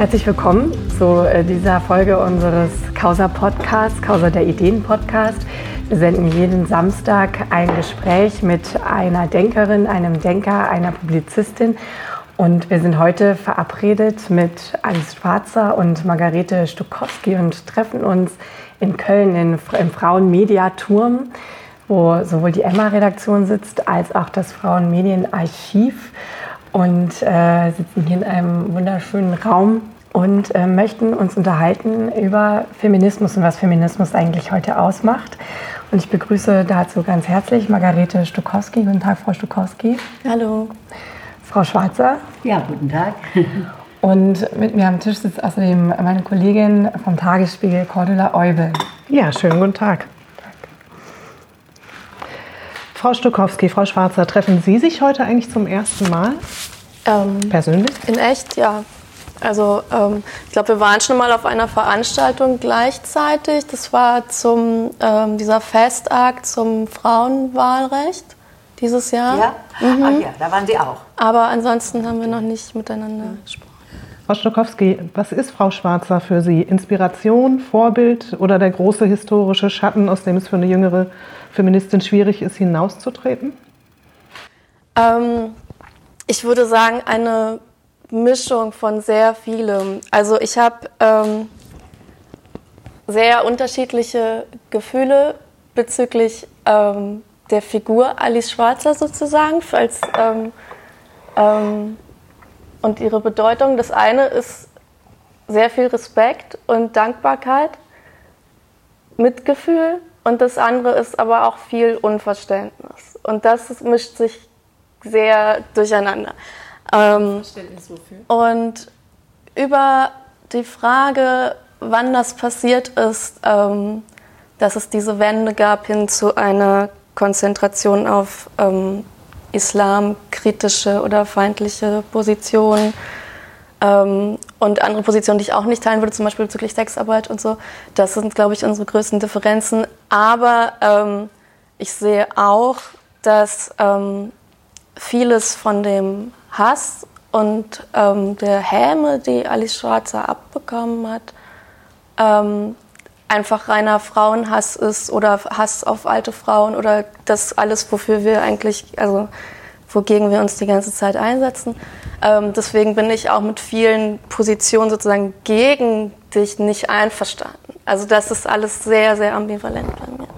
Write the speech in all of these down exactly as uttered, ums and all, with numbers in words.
Herzlich willkommen zu dieser Folge unseres Causa-Podcasts, Causa der Ideen-Podcast. Wir senden jeden Samstag ein Gespräch mit einer Denkerin, einem Denker, einer Publizistin. Und wir sind heute verabredet mit Alice Schwarzer und Margarete Stokowski und treffen uns in Köln in, im Frauenmediaturm, wo sowohl die Emma-Redaktion sitzt, als auch das Frauenmedienarchiv. Und äh, sitzen hier in einem wunderschönen Raum und äh, möchten uns unterhalten über Feminismus und was Feminismus eigentlich heute ausmacht. Und ich begrüße dazu ganz herzlich Margarete Stokowski. Guten Tag, Frau Stokowski. Hallo. Frau Schwarzer. Ja, guten Tag. Und mit mir am Tisch sitzt außerdem meine Kollegin vom Tagesspiegel, Cordula Eubel. Ja, schönen guten Tag. Frau Stokowski, Frau Schwarzer, treffen Sie sich heute eigentlich zum ersten Mal? Ähm, Persönlich? In echt, ja. Also ähm, ich glaube, wir waren schon mal auf einer Veranstaltung gleichzeitig. Das war zum ähm, dieser Festakt zum Frauenwahlrecht dieses Jahr. Ja? Mhm. Ach ja, da waren Sie auch. Aber ansonsten haben wir noch nicht miteinander gesprochen. Frau Stokowski, was ist Frau Schwarzer für Sie? Inspiration, Vorbild oder der große historische Schatten, aus dem es für eine jüngere Feministin schwierig ist, hinauszutreten? Ähm, ich würde sagen, eine Mischung von sehr vielem. Also ich habe ähm, sehr unterschiedliche Gefühle bezüglich ähm, der Figur Alice Schwarzer sozusagen als, ähm, ähm, und ihre Bedeutung. Das eine ist sehr viel Respekt und Dankbarkeit, Mitgefühl. Und das andere ist aber auch viel Unverständnis. Und das mischt sich sehr durcheinander. Ähm, Verständnis wofür? Und über die Frage, wann das passiert ist, ähm, dass es diese Wende gab hin zu einer Konzentration auf ähm, islamkritische oder feindliche Positionen, Ähm, und andere Positionen, die ich auch nicht teilen würde, zum Beispiel bezüglich Sexarbeit und so. Das sind, glaube ich, unsere größten Differenzen. Aber ähm, ich sehe auch, dass ähm, vieles von dem Hass und ähm, der Häme, die Alice Schwarzer abbekommen hat, ähm, einfach reiner Frauenhass ist oder Hass auf alte Frauen oder das alles, wofür wir eigentlich, also wogegen wir uns die ganze Zeit einsetzen. Ähm, deswegen bin ich auch mit vielen Positionen sozusagen gegen dich nicht einverstanden. Also das ist alles sehr, sehr ambivalent bei mir.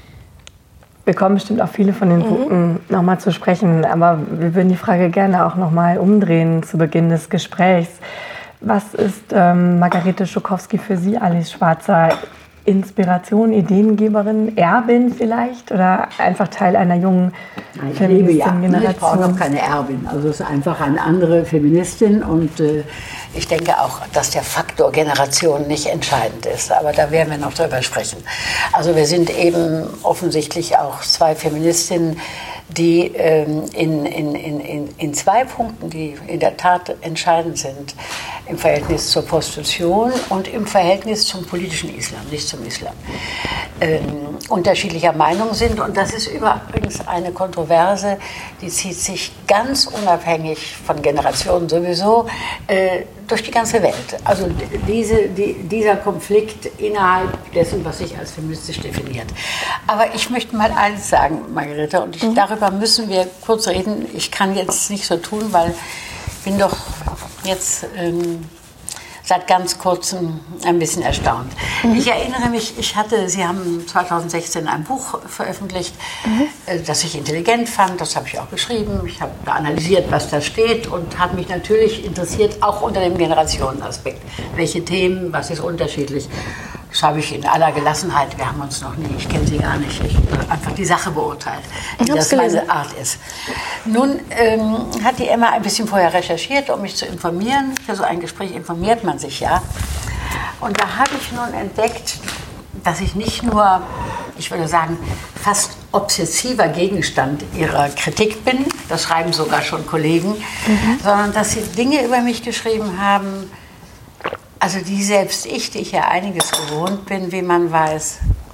Wir kommen bestimmt auf viele von den mhm. Punkten nochmal zu sprechen, aber wir würden die Frage gerne auch nochmal umdrehen zu Beginn des Gesprächs. Was ist ähm, Margarete Stokowski für Sie, Alice Schwarzer? Inspiration, Ideengeberin, Erbin vielleicht oder einfach Teil einer jungen Feministin-Generation? Ja, ich brauche noch keine Erbin, also es ist einfach eine andere Feministin und äh, ich denke auch, dass der Faktor Generation nicht entscheidend ist, aber da werden wir noch drüber sprechen. Also wir sind eben offensichtlich auch zwei Feministinnen, die ähm, in, in, in, in zwei Punkten, die in der Tat entscheidend sind, im Verhältnis zur Prostitution und im Verhältnis zum politischen Islam, nicht zum Islam, ähm, unterschiedlicher Meinung sind. Und das ist übrigens eine Kontroverse, die zieht sich ganz unabhängig von Generationen sowieso äh, durch die ganze Welt. Also diese, die, dieser Konflikt innerhalb dessen, was sich als feministisch definiert. Aber ich möchte mal eins sagen, Margarete, und ich, mhm. darüber müssen wir kurz reden. Ich kann jetzt nicht so tun, weil ich bin doch jetzt ähm, seit ganz kurzem ein bisschen erstaunt. Mhm. Ich erinnere mich, ich hatte, Sie haben zweitausendsechzehn ein Buch veröffentlicht, mhm. äh, das ich intelligent fand, das habe ich auch geschrieben. Ich habe da analysiert, was da steht und hat mich natürlich interessiert, auch unter dem Generationenaspekt. Welche Themen, was ist unterschiedlich. Das habe ich in aller Gelassenheit, wir haben uns noch nie, ich kenne Sie gar nicht, ich habe einfach die Sache beurteilt, wie das meine Art ist. Nun ähm, hat die Emma ein bisschen vorher recherchiert, um mich zu informieren. Für so ein Gespräch informiert man sich ja. Und da habe ich nun entdeckt, dass ich nicht nur, ich würde sagen, fast obsessiver Gegenstand ihrer Kritik bin, das schreiben sogar schon Kollegen, mhm. sondern dass sie Dinge über mich geschrieben haben, also die selbst ich, die ich ja einiges gewohnt bin, wie man weiß,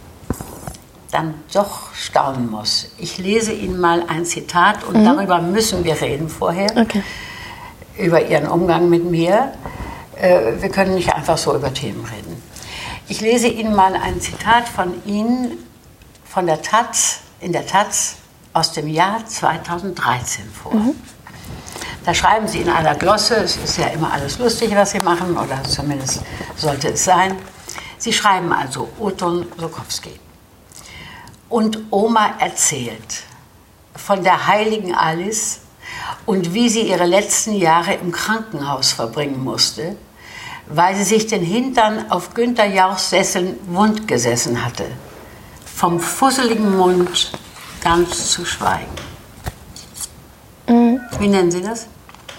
dann doch staunen muss. Ich lese Ihnen mal ein Zitat und mhm. darüber müssen wir reden vorher, okay. über Ihren Umgang mit mir. äh, wir können nicht einfach so über Themen reden. Ich lese Ihnen mal ein Zitat von Ihnen von der Taz, in der Taz aus dem Jahr zweitausenddreizehn vor. Mhm. Da schreiben Sie in einer Glosse, es ist ja immer alles lustig, was Sie machen, oder zumindest sollte es sein. Sie schreiben also Oton Żuchowski. Und Oma erzählt von der heiligen Alice und wie sie ihre letzten Jahre im Krankenhaus verbringen musste, weil sie sich den Hintern auf Günter Jauchs Sesseln wund gesessen hatte. Vom fusseligen Mund ganz zu schweigen. Mhm. Wie nennen Sie das?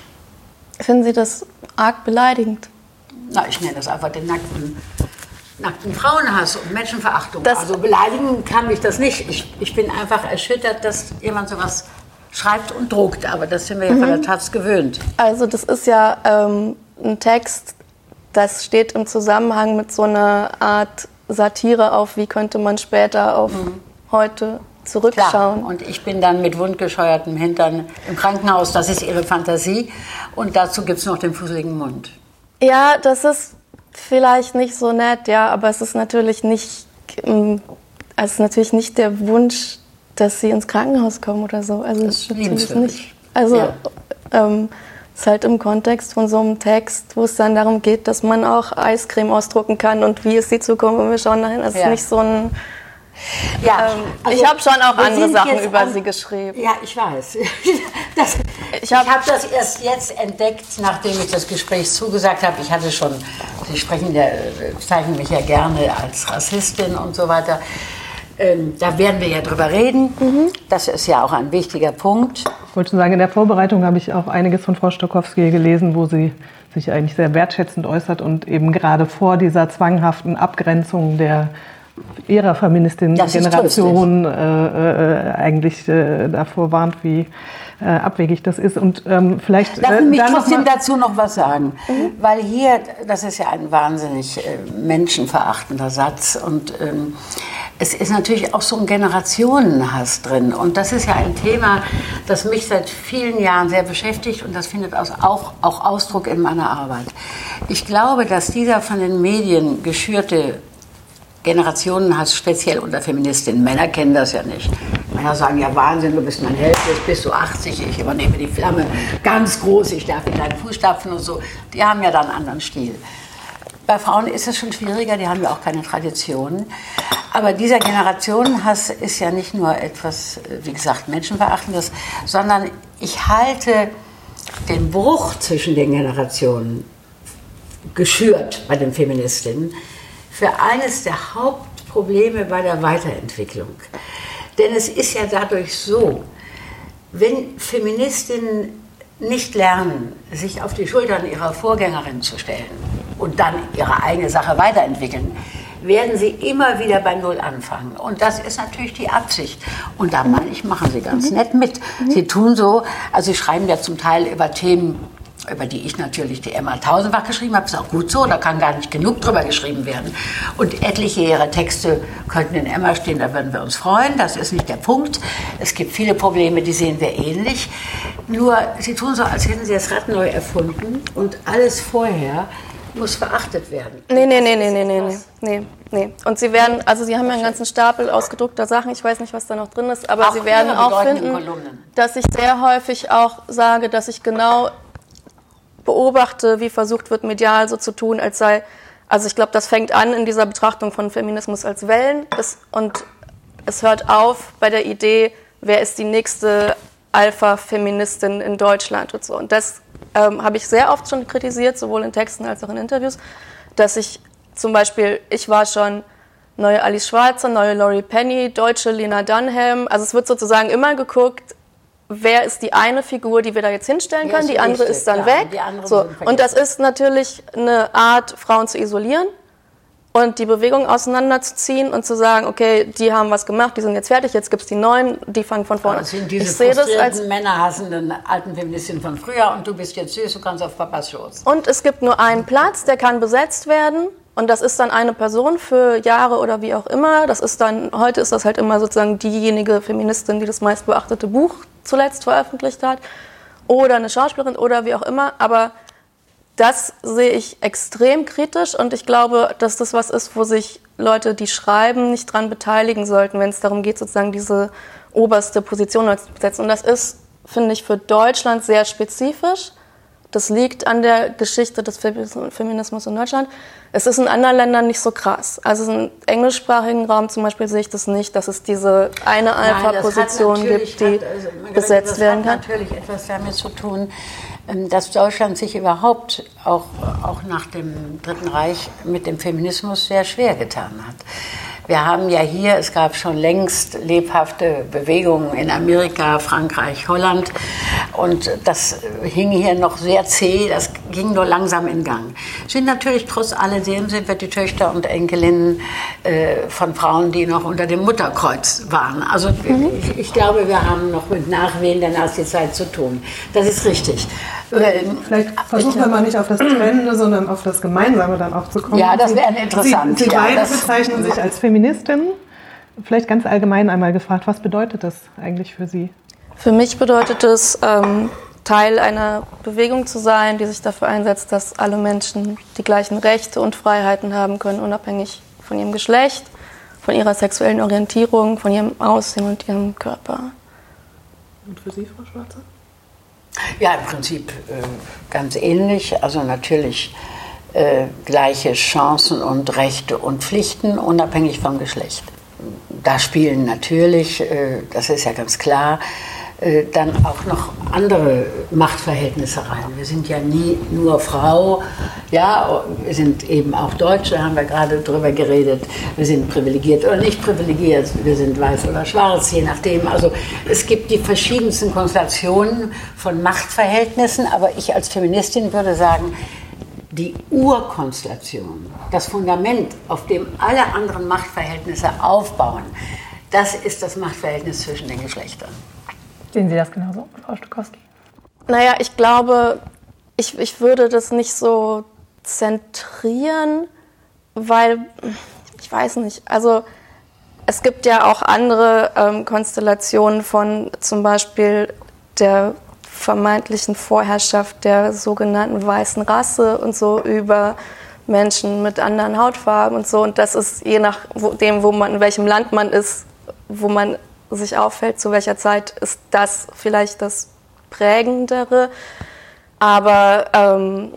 Finden Sie das arg beleidigend? Na, ich nenne das einfach den nackten, nackten Frauenhass und Menschenverachtung. Das also beleidigen kann mich das nicht. Ich, ich bin einfach erschüttert, dass jemand sowas schreibt und druckt. Aber das sind wir ja mhm. von der Taz gewöhnt. Also das ist ja ähm, ein Text, das steht im Zusammenhang mit so einer Art Satire auf, wie könnte man später auf mhm. heute zurückschauen. Klar. Und ich bin dann mit wundgescheuertem Hintern im Krankenhaus, das ist ihre Fantasie. Und dazu gibt es noch den fusseligen Mund. Ja, das ist vielleicht nicht so nett, ja, aber es ist natürlich nicht, also es ist natürlich nicht der Wunsch, dass sie ins Krankenhaus kommen oder so. Also das ist natürlich nicht. Also ja. ähm, es ist halt im Kontext von so einem Text, wo es dann darum geht, dass man auch Eiscreme ausdrucken kann und wie ist die Zukunft und wir schauen dahin. Also es ja. ist nicht so ein... Ja, ähm, also ich habe schon auch andere Sachen über an, sie geschrieben. Ja, ich weiß. Das, ich habe hab das erst jetzt entdeckt, nachdem ich das Gespräch zugesagt habe. Ich hatte schon, Sie sprechen ja, zeichnen mich ja gerne als Rassistin und so weiter. Ähm, da werden wir ja drüber reden. Mhm. Das ist ja auch ein wichtiger Punkt. Ich wollte schon sagen, in der Vorbereitung habe ich auch einiges von Frau Żuchowski gelesen, wo sie sich eigentlich sehr wertschätzend äußert und eben gerade vor dieser zwanghaften Abgrenzung der ihrer Feministin-Generation äh, äh, eigentlich äh, davor warnt, wie äh, abwegig das ist. Und ähm, vielleicht Lass mich äh, trotzdem noch dazu noch was sagen, mhm. weil hier, das ist ja ein wahnsinnig äh, menschenverachtender Satz und ähm, es ist natürlich auch so ein Generationenhass drin und das ist ja ein Thema, das mich seit vielen Jahren sehr beschäftigt und das findet auch, auch Ausdruck in meiner Arbeit. Ich glaube, dass dieser von den Medien geschürte Generationenhass, speziell unter Feministinnen. Männer kennen das ja nicht. Männer sagen, ja Wahnsinn, du bist mein Held, jetzt bist du achtzig, ich übernehme die Flamme ganz groß, ich darf in deinen Fußstapfen und so. Die haben ja dann einen anderen Stil. Bei Frauen ist es schon schwieriger, die haben ja auch keine Traditionen. Aber dieser Generationenhass ist ja nicht nur etwas, wie gesagt, Menschenverachtendes, sondern ich halte den Bruch zwischen den Generationen, geschürt bei den Feministinnen, für eines der Hauptprobleme bei der Weiterentwicklung. Denn es ist ja dadurch so, wenn Feministinnen nicht lernen, sich auf die Schultern ihrer Vorgängerinnen zu stellen und dann ihre eigene Sache weiterentwickeln, werden sie immer wieder bei Null anfangen. Und das ist natürlich die Absicht. Und da meine ich, machen sie ganz nett mit. Sie tun so, also sie schreiben ja zum Teil über Themen, über die ich natürlich die Emma tausendfach geschrieben habe, ist auch gut so, da kann gar nicht genug drüber geschrieben werden. Und etliche ihrer Texte könnten in Emma stehen, da würden wir uns freuen, das ist nicht der Punkt. Es gibt viele Probleme, die sehen wir ähnlich. Nur, sie tun so, als hätten sie das Rad neu erfunden und alles vorher muss verachtet werden. Nee, nee, nee, nee, nee, nee, nee, nee, nee. Und sie werden, also sie haben ja einen ganzen Stapel ausgedruckter Sachen, ich weiß nicht, was da noch drin ist, aber auch sie werden auch finden, dass ich sehr häufig auch sage, dass ich genau beobachte, wie versucht wird, medial so zu tun, als sei, also ich glaube, das fängt an in dieser Betrachtung von Feminismus als Wellen es, und es hört auf bei der Idee, wer ist die nächste Alpha-Feministin in Deutschland und so. Und das ähm, habe ich sehr oft schon kritisiert, sowohl in Texten als auch in Interviews, dass ich zum Beispiel, ich war schon neue Alice Schwarzer, neue Laurie Penny, deutsche Lena Dunham, also es wird sozusagen immer geguckt, wer ist die eine Figur, die wir da jetzt hinstellen können, die andere ist dann weg. So. Und das ist natürlich eine Art, Frauen zu isolieren und die Bewegung auseinanderzuziehen und zu sagen, okay, die haben was gemacht, die sind jetzt fertig, jetzt gibt es die Neuen, die fangen von vorne an. Das sind diese ich sehe das als männerhassenden alten Feministinnen von früher und du bist jetzt süß, du kannst auf Papas Schoß. Und es gibt nur einen Platz, der kann besetzt werden. Und das ist dann eine Person für Jahre oder wie auch immer. Das ist dann, heute ist das halt immer sozusagen diejenige Feministin, die das meistbeachtete Buch zuletzt veröffentlicht hat. Oder eine Schauspielerin oder wie auch immer. Aber das sehe ich extrem kritisch und ich glaube, dass das was ist, wo sich Leute, die schreiben, nicht dran beteiligen sollten, wenn es darum geht, sozusagen diese oberste Position zu besetzen. Und das ist, finde ich, für Deutschland sehr spezifisch. Das liegt an der Geschichte des Feminismus in Deutschland. Es ist in anderen Ländern nicht so krass. Also im englischsprachigen Raum zum Beispiel sehe ich das nicht, dass es diese eine Alpha-Position gibt, die hat, also, besetzt das werden kann. Das hat natürlich etwas damit zu tun, dass Deutschland sich überhaupt auch, auch nach dem Dritten Reich mit dem Feminismus sehr schwer getan hat. Wir haben ja hier, es gab schon längst lebhafte Bewegungen in Amerika, Frankreich, Holland und das hing hier noch sehr zäh, das ging nur langsam in Gang. Sind natürlich trotz alledem sind wir die Töchter und Enkelinnen äh, von Frauen, die noch unter dem Mutterkreuz waren. Also mhm. ich, ich glaube, wir haben noch mit Nachwehen der Nazizeit zu tun. Das ist richtig. Vielleicht versuchen wir mal nicht auf das Trennende, sondern auf das Gemeinsame dann auch zu kommen. Ja, das wäre interessant. Sie, Sie ja, beide bezeichnen sich als Feministin. Vielleicht ganz allgemein einmal gefragt, was bedeutet das eigentlich für Sie? Für mich bedeutet es, ähm, Teil einer Bewegung zu sein, die sich dafür einsetzt, dass alle Menschen die gleichen Rechte und Freiheiten haben können, unabhängig von ihrem Geschlecht, von ihrer sexuellen Orientierung, von ihrem Aussehen und ihrem Körper. Und für Sie, Frau Schwarzer? Ja, im Prinzip äh, ganz ähnlich. Also natürlich äh, gleiche Chancen und Rechte und Pflichten, unabhängig vom Geschlecht. Da spielen natürlich, äh, das ist ja ganz klar, äh, dann auch noch andere Machtverhältnisse rein. Wir sind ja nie nur Frau, ja, wir sind eben auch Deutsche, da haben wir gerade drüber geredet. Wir sind privilegiert oder nicht privilegiert, wir sind weiß oder schwarz, je nachdem. Also es gibt die verschiedensten Konstellationen von Machtverhältnissen, aber ich als Feministin würde sagen, die Urkonstellation, das Fundament, auf dem alle anderen Machtverhältnisse aufbauen, das ist das Machtverhältnis zwischen den Geschlechtern. Sehen Sie das genauso, Frau Stokowski? Naja, ich glaube, ich, ich würde das nicht so zentrieren, weil, ich weiß nicht, also es gibt ja auch andere ähm, Konstellationen von zum Beispiel der vermeintlichen Vorherrschaft der sogenannten weißen Rasse und so über Menschen mit anderen Hautfarben und so. Und das ist je nachdem, wo man, in welchem Land man ist, wo man sich auffällt, zu welcher Zeit, ist das vielleicht das Prägendere. Aber ähm,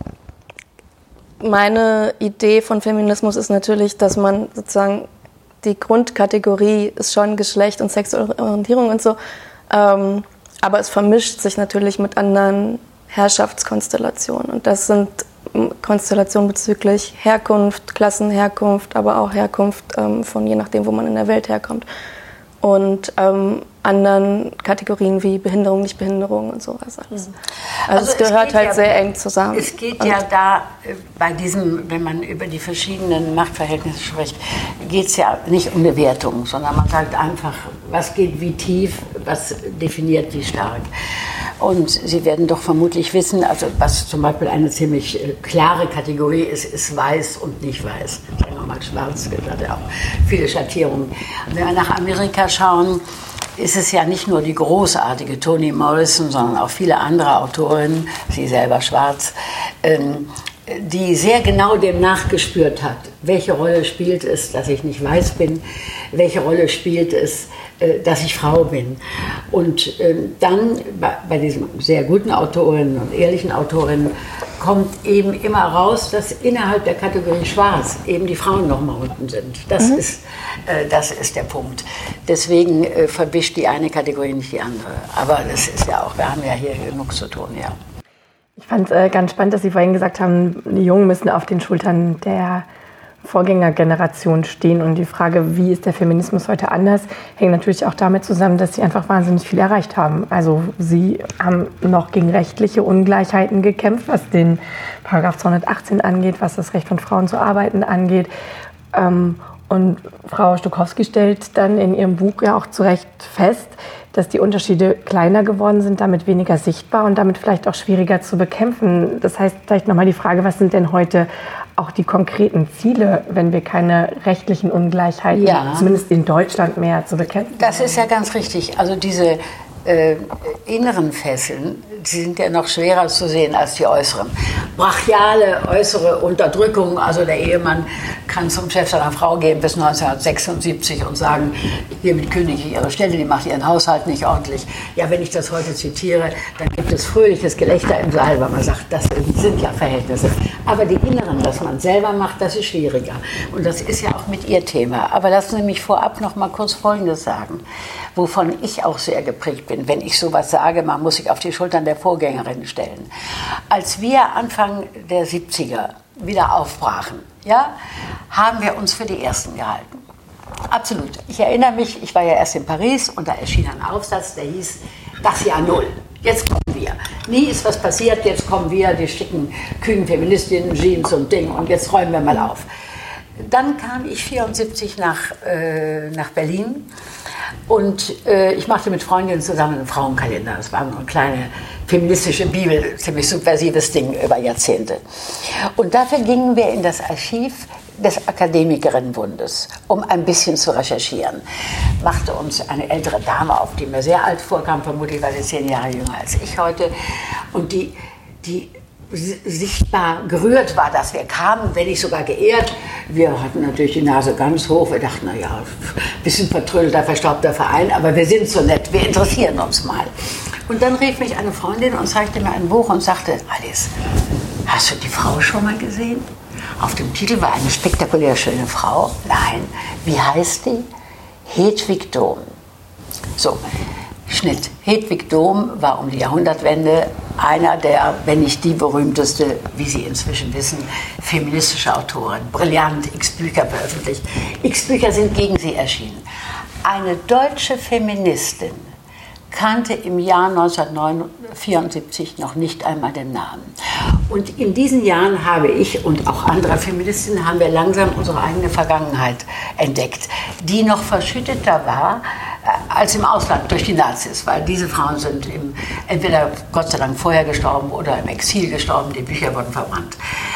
meine Idee von Feminismus ist natürlich, dass man sozusagen die Grundkategorie ist schon Geschlecht und sexuelle Orientierung und so. Ähm, aber es vermischt sich natürlich mit anderen Herrschaftskonstellationen. Und das sind Konstellationen bezüglich Herkunft, Klassenherkunft, aber auch Herkunft ähm, von je nachdem, wo man in der Welt herkommt. Und ähm, anderen Kategorien wie Behinderung, Nichtbehinderung und sowas alles. Also, also es gehört es halt ja, sehr eng zusammen. Es geht ja da äh, bei diesem, wenn man über die verschiedenen Machtverhältnisse spricht, geht es ja nicht um eine Wertung, sondern man sagt einfach, was geht wie tief, was definiert wie stark. Und Sie werden doch vermutlich wissen, also was zum Beispiel eine ziemlich äh, klare Kategorie ist, ist weiß und nicht weiß. Sagen wir mal schwarz, das hat ja auch viele Schattierungen. Und wenn wir nach Amerika schauen, ist es ja nicht nur die großartige Toni Morrison, sondern auch viele andere Autorinnen, sie selber schwarz, ähm, die sehr genau dem nachgespürt hat, welche Rolle spielt es, dass ich nicht weiß bin, welche Rolle spielt es, äh, dass ich Frau bin. Und äh, dann bei, bei diesen sehr guten Autorinnen und ehrlichen Autorinnen kommt eben immer raus, dass innerhalb der Kategorie Schwarz eben die Frauen noch mal unten sind. Das, mhm. ist, äh, das ist der Punkt. Deswegen äh, verwischt die eine Kategorie nicht die andere. Aber das ist ja auch, wir haben ja hier genug zu tun, ja. Ich fand es äh, ganz spannend, dass Sie vorhin gesagt haben, die Jungen müssen auf den Schultern der Vorgängergeneration stehen. Und die Frage, wie ist der Feminismus heute anders, hängt natürlich auch damit zusammen, dass sie einfach wahnsinnig viel erreicht haben. Also sie haben noch gegen rechtliche Ungleichheiten gekämpft, was den Paragraph zweihundertachtzehn angeht, was das Recht von Frauen zu arbeiten angeht. Und Frau Stokowski stellt dann in ihrem Buch ja auch zu Recht fest, dass die Unterschiede kleiner geworden sind, damit weniger sichtbar und damit vielleicht auch schwieriger zu bekämpfen. Das heißt, vielleicht nochmal die Frage, was sind denn heute auch die konkreten Ziele, wenn wir keine rechtlichen Ungleichheiten, ja. zumindest in Deutschland, mehr zu bekämpfen Das ist ja ganz richtig. Also diese äh, inneren Fesseln, die sind ja noch schwerer zu sehen als die äußeren. Brachiale äußere Unterdrückung, also der Ehemann kann zum Chef seiner Frau gehen bis neunzehnhundertsechsundsiebzig und sagen, hiermit kündige ich ihre Stelle, die macht ihren Haushalt nicht ordentlich. Ja, wenn ich das heute zitiere, dann gibt es fröhliches Gelächter im Saal, weil man sagt, das sind ja Verhältnisse. Aber die inneren, was man selber macht, das ist schwieriger. Und das ist ja auch mit ihr Thema. Aber lassen Sie mich vorab noch mal kurz Folgendes sagen, wovon ich auch sehr geprägt bin. Wenn ich sowas sage, man muss sich auf die Schultern der Vorgängerin stellen. Als wir Anfang der siebziger wieder aufbrachen, ja, haben wir uns für die Ersten gehalten. Absolut. Ich erinnere mich, ich war ja erst in Paris und da erschien ein Aufsatz, der hieß Das Jahr Null. Jetzt kommen wir. Nie ist was passiert, jetzt kommen wir, die schicken kühnen Feministinnen, Jeans und Ding und jetzt räumen wir mal auf. Dann kam ich vierundsiebzig nach, äh, nach Berlin und äh, ich machte mit Freundinnen zusammen einen Frauenkalender. Das war eine kleine feministische Bibel, ziemlich subversives Ding über Jahrzehnte. Und dafür gingen wir in das Archiv des Akademikerinnenbundes, um ein bisschen zu recherchieren. Machte uns eine ältere Dame auf, die mir sehr alt vorkam, vermutlich war sie zehn Jahre jünger als ich heute, und die, die sichtbar gerührt war, dass wir kamen, wenn nicht sogar geehrt. Wir hatten natürlich die Nase ganz hoch, wir dachten, naja, ein bisschen vertrödelter, verstaubter Verein, aber wir sind so nett, wir interessieren uns mal. Und dann rief mich eine Freundin und zeigte mir ein Buch und sagte, Alice, hast du die Frau schon mal gesehen? Auf dem Titel war eine spektakulär schöne Frau. Nein, wie heißt die? Hedwig Dohm. So, Schnitt. Hedwig Dohm war um die Jahrhundertwende einer der, wenn nicht die berühmteste, wie Sie inzwischen wissen, feministische Autorin. Brillant, x Bücher veröffentlicht. X Bücher sind gegen sie erschienen. Eine deutsche Feministin kannte im Jahr neunzehnhundertvierundsiebzig noch nicht einmal den Namen. Und in diesen Jahren habe ich und auch andere Feministinnen haben wir langsam unsere eigene Vergangenheit entdeckt, die noch verschütteter war als im Ausland durch die Nazis, weil diese Frauen sind im, entweder Gott sei Dank vorher gestorben oder im Exil gestorben, die Bücher wurden verbrannt.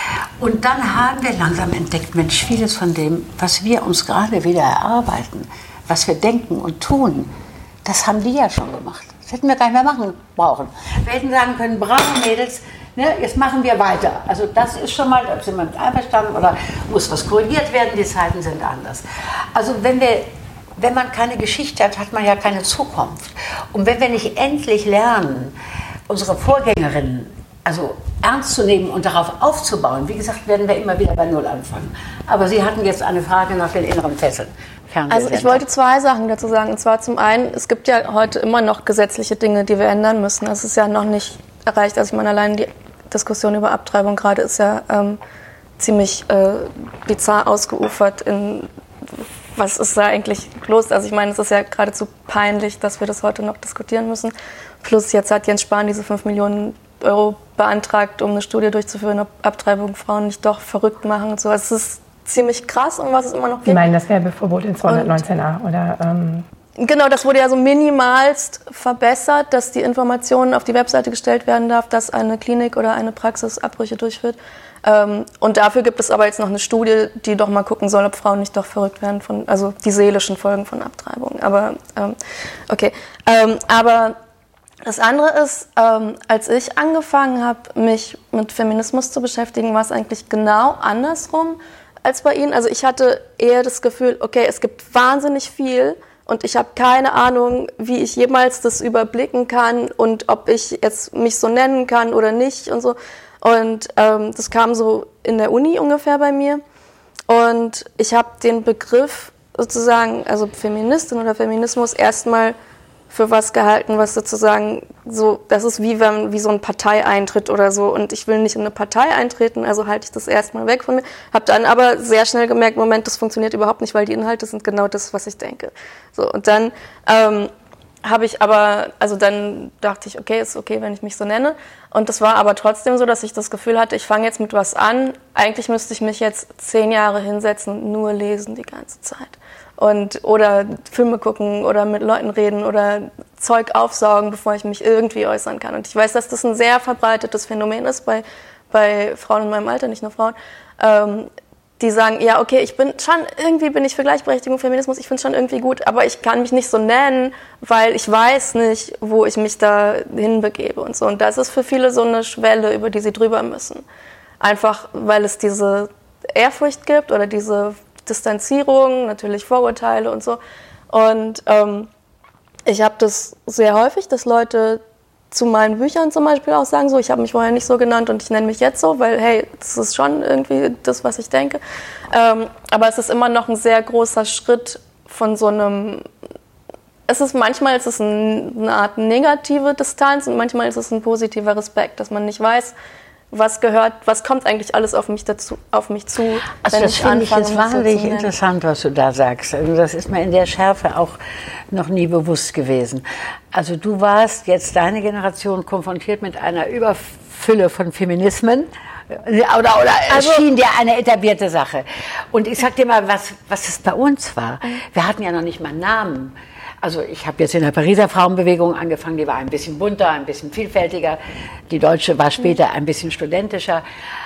Und dann haben wir langsam entdeckt, Mensch, vieles von dem, was wir uns gerade wieder erarbeiten, was wir denken und tun, das haben die ja schon gemacht. Das hätten wir gar nicht mehr machen brauchen. Wir hätten sagen können, bravo Mädels, ne, jetzt machen wir weiter. Also das ist schon mal, da sind wir mit einverstanden oder muss was korrigiert werden, die Zeiten sind anders. Also wenn wir, wenn man keine Geschichte hat, hat man ja keine Zukunft. Und wenn wir nicht endlich lernen, unsere Vorgängerinnen also ernst zu nehmen und darauf aufzubauen, wie gesagt, werden wir immer wieder bei Null anfangen. Aber Sie hatten jetzt eine Frage nach den inneren Fesseln. Also ich wollte zwei Sachen dazu sagen. Und zwar zum einen, es gibt ja heute immer noch gesetzliche Dinge, die wir ändern müssen. Das ist ja noch nicht erreicht. Also ich meine, allein die Diskussion über Abtreibung gerade ist ja ähm, ziemlich äh, bizarr ausgeufert in was ist da eigentlich los? Also ich meine, es ist ja geradezu peinlich, dass wir das heute noch diskutieren müssen. Plus jetzt hat Jens Spahn diese fünf Millionen Euro beantragt, um eine Studie durchzuführen, ob Abtreibung Frauen nicht doch verrückt machen und so. Es ist ziemlich krass, um was es immer noch geht. Sie meinen das Werbeverbot in zweihundertneunzehn a, oder? Ähm Genau, das wurde ja so minimalst verbessert, dass die Informationen auf die Webseite gestellt werden darf, dass eine Klinik oder eine Praxis Abbrüche durchführt. Ähm, und dafür gibt es aber jetzt noch eine Studie, die doch mal gucken soll, ob Frauen nicht doch verrückt werden, von, also die seelischen Folgen von Abtreibung. Aber ähm, okay, ähm, aber das andere ist, ähm, als ich angefangen habe, mich mit Feminismus zu beschäftigen, war es eigentlich genau andersrum als bei Ihnen. Also ich hatte eher das Gefühl, okay, es gibt wahnsinnig viel und ich habe keine Ahnung, wie ich jemals das überblicken kann und ob ich jetzt mich so nennen kann oder nicht und so. Und ähm, das kam so in der Uni ungefähr bei mir. Und ich habe den Begriff sozusagen, also Feministin oder Feminismus, erstmal für was gehalten, was sozusagen so, das ist wie wenn wie so ein Parteieintritt oder so und ich will nicht in eine Partei eintreten, also halte ich das erstmal weg von mir. Habe dann aber sehr schnell gemerkt, Moment, das funktioniert überhaupt nicht, weil die Inhalte sind genau das, was ich denke. So und dann ähm, habe ich aber, also dann dachte ich, okay, ist okay, wenn ich mich so nenne. Und das war aber trotzdem so, dass ich das Gefühl hatte, ich fange jetzt mit was an. Eigentlich müsste ich mich jetzt zehn Jahre hinsetzen und nur lesen die ganze Zeit. Und, oder Filme gucken oder mit Leuten reden oder Zeug aufsaugen, bevor ich mich irgendwie äußern kann. Und ich weiß, dass das ein sehr verbreitetes Phänomen ist bei, bei Frauen in meinem Alter, nicht nur Frauen, ähm, die sagen, ja, okay, ich bin schon, irgendwie bin ich für Gleichberechtigung, Feminismus, ich finde es schon irgendwie gut, aber ich kann mich nicht so nennen, weil ich weiß nicht, wo ich mich da hinbegebe und so. Und das ist für viele so eine Schwelle, über die sie drüber müssen. Einfach, weil es diese Ehrfurcht gibt oder diese Distanzierung, natürlich Vorurteile und so. Und ähm, ich habe das sehr häufig, dass Leute zu meinen Büchern zum Beispiel auch sagen, so, ich habe mich vorher nicht so genannt und ich nenne mich jetzt so, weil, hey, das ist schon irgendwie das, was ich denke. Ähm, aber es ist immer noch ein sehr großer Schritt von so einem, es ist manchmal ist es ein, eine Art negative Distanz und manchmal ist es ein positiver Respekt, dass man nicht weiß, was gehört, was kommt eigentlich alles auf mich dazu, auf mich zu. Also das finde ich jetzt wahnsinnig interessant, was du da sagst. Also das ist mir in der Schärfe auch noch nie bewusst gewesen. Also du warst jetzt, deine Generation, konfrontiert mit einer Überfülle von Feminismen. Oder, oder also, es schien dir eine etablierte Sache. Und ich sag dir mal, was, was es bei uns war. Wir hatten ja noch nicht mal Namen. Also ich habe jetzt in der Pariser Frauenbewegung angefangen, die war ein bisschen bunter, ein bisschen vielfältiger. Die deutsche war später ein bisschen studentischer.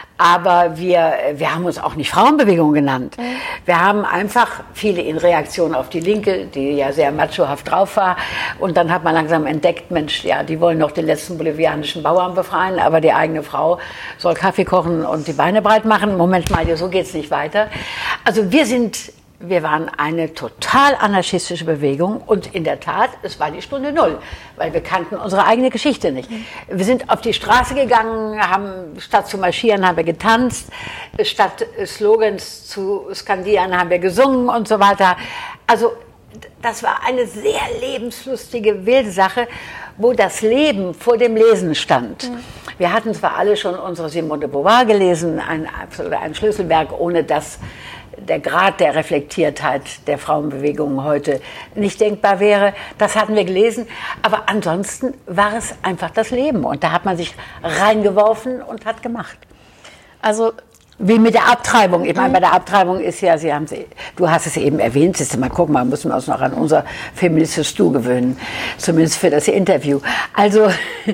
Aber wir, wir haben uns auch nicht Frauenbewegung genannt. Wir haben einfach viele in Reaktion auf die Linke, die ja sehr machohaft drauf war. Und dann hat man langsam entdeckt, Mensch, ja, die wollen noch den letzten bolivianischen Bauern befreien, aber die eigene Frau soll Kaffee kochen und die Beine breit machen. Moment mal, so geht's nicht weiter. Also wir sind... Wir waren eine total anarchistische Bewegung und in der Tat, es war die Stunde Null, weil wir kannten unsere eigene Geschichte nicht. Wir sind auf die Straße gegangen, haben statt zu marschieren haben wir getanzt, statt Slogans zu skandieren haben wir gesungen und so weiter. Also das war eine sehr lebenslustige, wilde Sache, wo das Leben vor dem Lesen stand. Mhm. Wir hatten zwar alle schon unsere Simone de Beauvoir gelesen, ein, ein Schlüsselwerk, ohne dass der Grad der Reflektiertheit der Frauenbewegung heute nicht denkbar wäre. Das hatten wir gelesen. Aber ansonsten war es einfach das Leben. Und da hat man sich reingeworfen und hat gemacht. Also wie mit der Abtreibung. Ich meine, bei der Abtreibung ist ja, Sie haben sie, du hast es eben erwähnt, siehst du mal, guck mal, müssen wir uns noch an unser feministisches Du gewöhnen. Zumindest für das Interview. Also,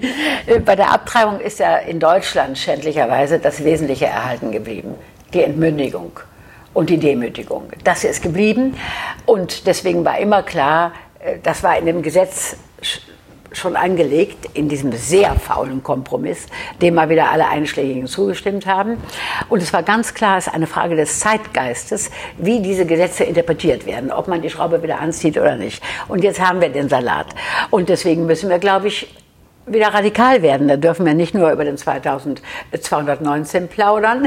bei der Abtreibung ist ja in Deutschland schändlicherweise das Wesentliche erhalten geblieben. Die Entmündigung. Und die Demütigung. Das ist geblieben und deswegen war immer klar, das war in dem Gesetz schon angelegt, in diesem sehr faulen Kompromiss, dem mal wieder alle Einschlägigen zugestimmt haben. Und es war ganz klar, es ist eine Frage des Zeitgeistes, wie diese Gesetze interpretiert werden, ob man die Schraube wieder anzieht oder nicht. Und jetzt haben wir den Salat. Und deswegen müssen wir, glaube ich, wieder radikal werden. Da dürfen wir nicht nur über den zweitausendzweihundertneunzehn plaudern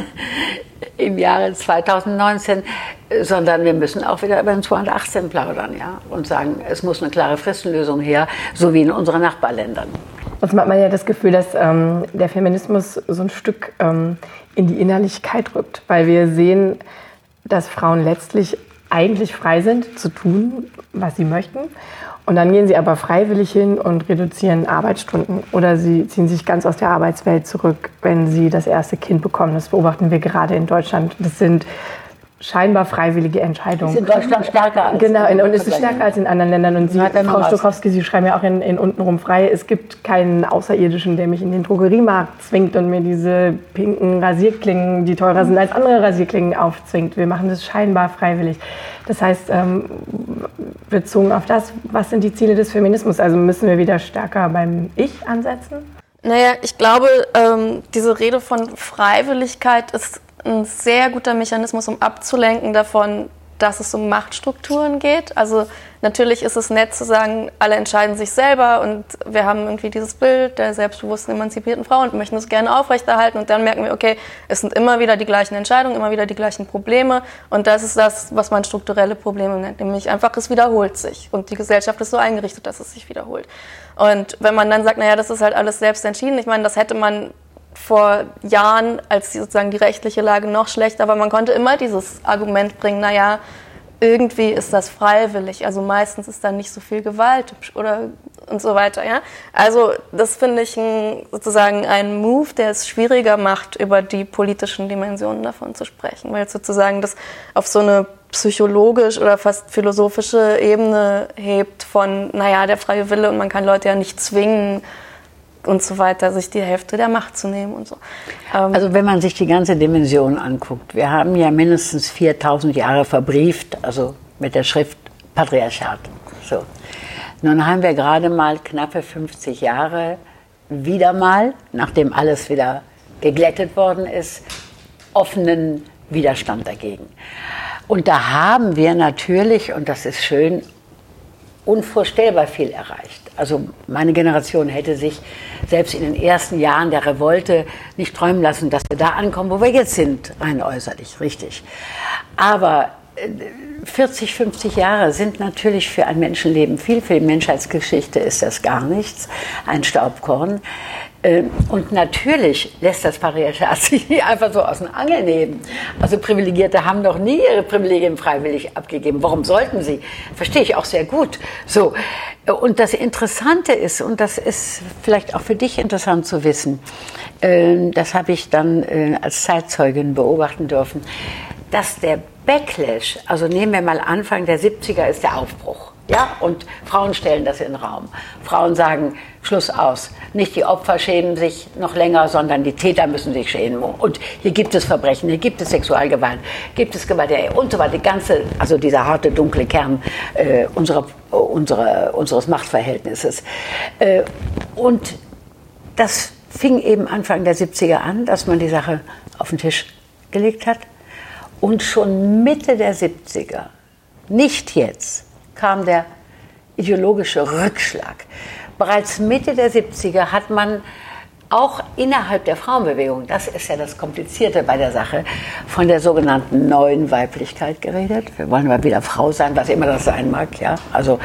im Jahre zweitausendneunzehn, sondern wir müssen auch wieder über den zweihundertachtzehn plaudern, ja, und sagen, es muss eine klare Fristenlösung her, so wie in unseren Nachbarländern. Also hat man ja das Gefühl, dass ähm, der Feminismus so ein Stück ähm, in die Innerlichkeit rückt, weil wir sehen, dass Frauen letztlich eigentlich frei sind, zu tun, was sie möchten. Und dann gehen sie aber freiwillig hin und reduzieren Arbeitsstunden oder sie ziehen sich ganz aus der Arbeitswelt zurück, wenn sie das erste Kind bekommen. Das beobachten wir gerade in Deutschland. Das sind scheinbar freiwillige Entscheidungen. Ist in Deutschland stärker als Genau, in, und es ist stärker als in anderen Ländern. Und Sie, Frau Stokowski, Sie schreiben ja auch in, in Untenrum frei, es gibt keinen Außerirdischen, der mich in den Drogeriemarkt zwingt und mir diese pinken Rasierklingen, die teurer sind als andere Rasierklingen, aufzwingt. Wir machen das scheinbar freiwillig. Das heißt, ähm, bezogen auf das, was sind die Ziele des Feminismus? Also müssen wir wieder stärker beim Ich ansetzen? Naja, ich glaube, ähm, diese Rede von Freiwilligkeit ist ein sehr guter Mechanismus, um abzulenken davon, dass es um Machtstrukturen geht. Also natürlich ist es nett zu sagen, alle entscheiden sich selber und wir haben irgendwie dieses Bild der selbstbewussten, emanzipierten Frau und möchten es gerne aufrechterhalten und dann merken wir, okay, es sind immer wieder die gleichen Entscheidungen, immer wieder die gleichen Probleme und das ist das, was man strukturelle Probleme nennt, nämlich einfach, es wiederholt sich und die Gesellschaft ist so eingerichtet, dass es sich wiederholt. Und wenn man dann sagt, naja, das ist halt alles selbst entschieden, ich meine, das hätte man vor Jahren, als sozusagen die rechtliche Lage noch schlechter war, man konnte immer dieses Argument bringen, naja, irgendwie ist das freiwillig, also meistens ist da nicht so viel Gewalt oder und so weiter, ja. Also das finde ich ein, sozusagen ein Move, der es schwieriger macht, über die politischen Dimensionen davon zu sprechen, weil sozusagen das auf so eine psychologisch oder fast philosophische Ebene hebt von, naja, der freie Wille und man kann Leute ja nicht zwingen, und so weiter, sich die Hälfte der Macht zu nehmen und so. Ähm also wenn man sich die ganze Dimension anguckt, wir haben ja mindestens viertausend Jahre verbrieft, also mit der Schrift Patriarchat. So. Nun haben wir gerade mal knappe fünfzig Jahre wieder mal, nachdem alles wieder geglättet worden ist, offenen Widerstand dagegen. Und da haben wir natürlich, und das ist schön, unvorstellbar viel erreicht. Also meine Generation hätte sich selbst in den ersten Jahren der Revolte nicht träumen lassen, dass wir da ankommen, wo wir jetzt sind, rein äußerlich, richtig. Aber vierzig, fünfzig Jahre sind natürlich für ein Menschenleben viel, für die Menschheitsgeschichte ist das gar nichts, ein Staubkorn. Und natürlich lässt das Patriarchat sich nicht einfach so aus den Angeln nehmen. Also Privilegierte haben noch nie ihre Privilegien freiwillig abgegeben. Warum sollten sie? Verstehe ich auch sehr gut. So. Und das Interessante ist, und das ist vielleicht auch für dich interessant zu wissen, das habe ich dann als Zeitzeugin beobachten dürfen, dass der Backlash, also nehmen wir mal Anfang der siebziger ist der Aufbruch. Ja, und Frauen stellen das in den Raum. Frauen sagen, Schluss aus. Nicht die Opfer schämen sich noch länger, sondern die Täter müssen sich schämen. Und hier gibt es Verbrechen, hier gibt es Sexualgewalt, gibt es Gewalt und so weiter. Die ganze, also dieser harte, dunkle Kern äh, unserer, unserer, unseres Machtverhältnisses. Äh, und das fing eben Anfang der siebziger an, dass man die Sache auf den Tisch gelegt hat. Und schon Mitte der siebziger, nicht jetzt, kam der ideologische Rückschlag. Bereits Mitte der siebziger hat man auch innerhalb der Frauenbewegung, das ist ja das Komplizierte bei der Sache, von der sogenannten neuen Weiblichkeit geredet. Wir wollen mal wieder Frau sein, was immer das sein mag, ja. Also,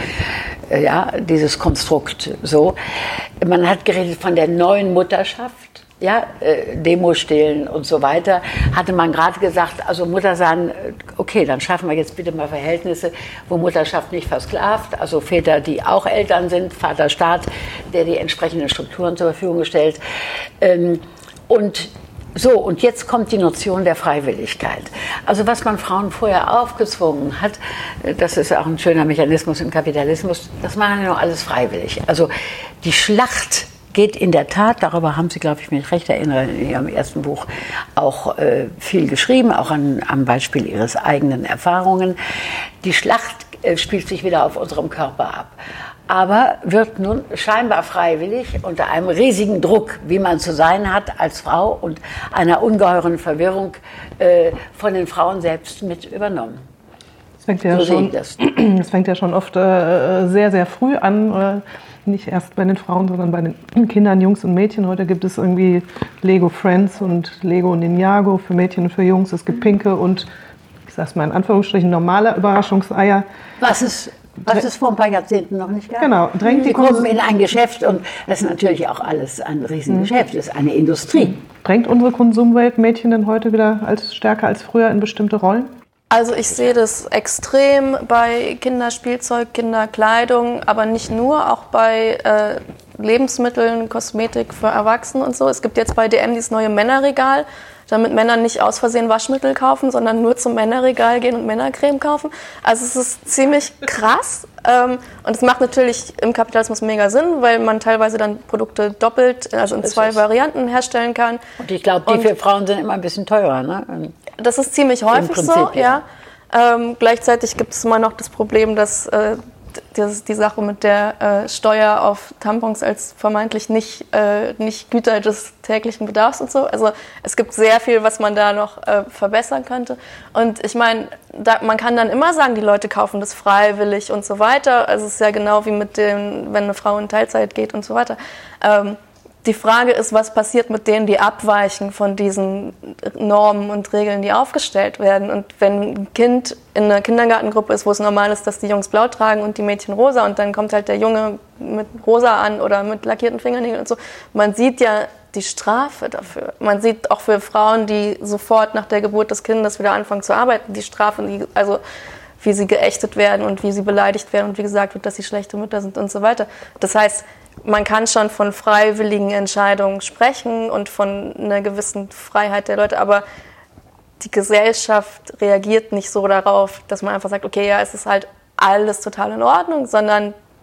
ja, dieses Konstrukt so. Man hat geredet von der neuen Mutterschaft. Ja, äh, Demo stehlen und so weiter, hatte man gerade gesagt, also Mutter sagen, okay, dann schaffen wir jetzt bitte mal Verhältnisse, wo Mutterschaft nicht versklavt, also Väter, die auch Eltern sind, Vater Staat, der die entsprechenden Strukturen zur Verfügung stellt. Ähm, und so, und jetzt kommt die Notion der Freiwilligkeit. Also was man Frauen vorher aufgezwungen hat, das ist auch ein schöner Mechanismus im Kapitalismus, das machen ja noch alles freiwillig. Also die Schlacht geht in der Tat, darüber haben Sie, glaube ich, mich recht erinnere, in Ihrem ersten Buch auch äh, viel geschrieben, auch an, am Beispiel Ihres eigenen Erfahrungen. Die Schlacht äh, spielt sich wieder auf unserem Körper ab, aber wird nun scheinbar freiwillig unter einem riesigen Druck, wie man zu sein hat als Frau und einer ungeheuren Verwirrung äh, von den Frauen selbst mit übernommen. Das fängt ja, so schon, das. Das fängt ja schon oft äh, sehr, sehr früh an. Äh, Nicht erst bei den Frauen, sondern bei den Kindern, Jungs und Mädchen. Heute gibt es irgendwie Lego Friends und Lego Ninjago für Mädchen und für Jungs. Es gibt pinke und, ich sag's mal in Anführungsstrichen, normale Überraschungseier. Was es, was es vor ein paar Jahrzehnten noch nicht gab. Genau. Drängt die kommen in ein Geschäft und das ist natürlich auch alles ein Riesengeschäft. Das ist eine Industrie. Drängt unsere Konsumwelt Mädchen denn heute wieder als stärker als früher in bestimmte Rollen? Also ich sehe das extrem bei Kinderspielzeug, Kinderkleidung, aber nicht nur, auch bei äh, Lebensmitteln, Kosmetik für Erwachsene und so. Es gibt jetzt bei D M dieses neue Männerregal, damit Männer nicht aus Versehen Waschmittel kaufen, sondern nur zum Männerregal gehen und Männercreme kaufen. Also es ist ziemlich krass ähm, und es macht natürlich im Kapitalismus mega Sinn, weil man teilweise dann Produkte doppelt, also in zwei Varianten herstellen kann. Und ich glaube, die und für Frauen sind immer ein bisschen teurer, ne? Das ist ziemlich häufig Prinzip, so, ja. ja. Ähm, gleichzeitig gibt es immer noch das Problem, dass äh, das, die Sache mit der äh, Steuer auf Tampons als vermeintlich nicht, äh, nicht Güter des täglichen Bedarfs und so. Also es gibt sehr viel, was man da noch äh, verbessern könnte. Und ich meine, man kann dann immer sagen, die Leute kaufen das freiwillig und so weiter. Also es ist ja genau wie mit dem, wenn eine Frau in Teilzeit geht und so weiter. Ähm, Die Frage ist, was passiert mit denen, die abweichen von diesen Normen und Regeln, die aufgestellt werden. Und wenn ein Kind in einer Kindergartengruppe ist, wo es normal ist, dass die Jungs blau tragen und die Mädchen rosa und dann kommt halt der Junge mit rosa an oder mit lackierten Fingernägeln und so. Man sieht ja die Strafe dafür. Man sieht auch für Frauen, die sofort nach der Geburt des Kindes wieder anfangen zu arbeiten, die Strafe, die, also wie sie geächtet werden und wie sie beleidigt werden und wie gesagt wird, dass sie schlechte Mütter sind und so weiter. Das heißt, man kann schon von freiwilligen Entscheidungen sprechen und von einer gewissen Freiheit der Leute, aber die Gesellschaft reagiert nicht so darauf, dass man einfach sagt, okay, ja, es ist halt alles total in Ordnung, sondern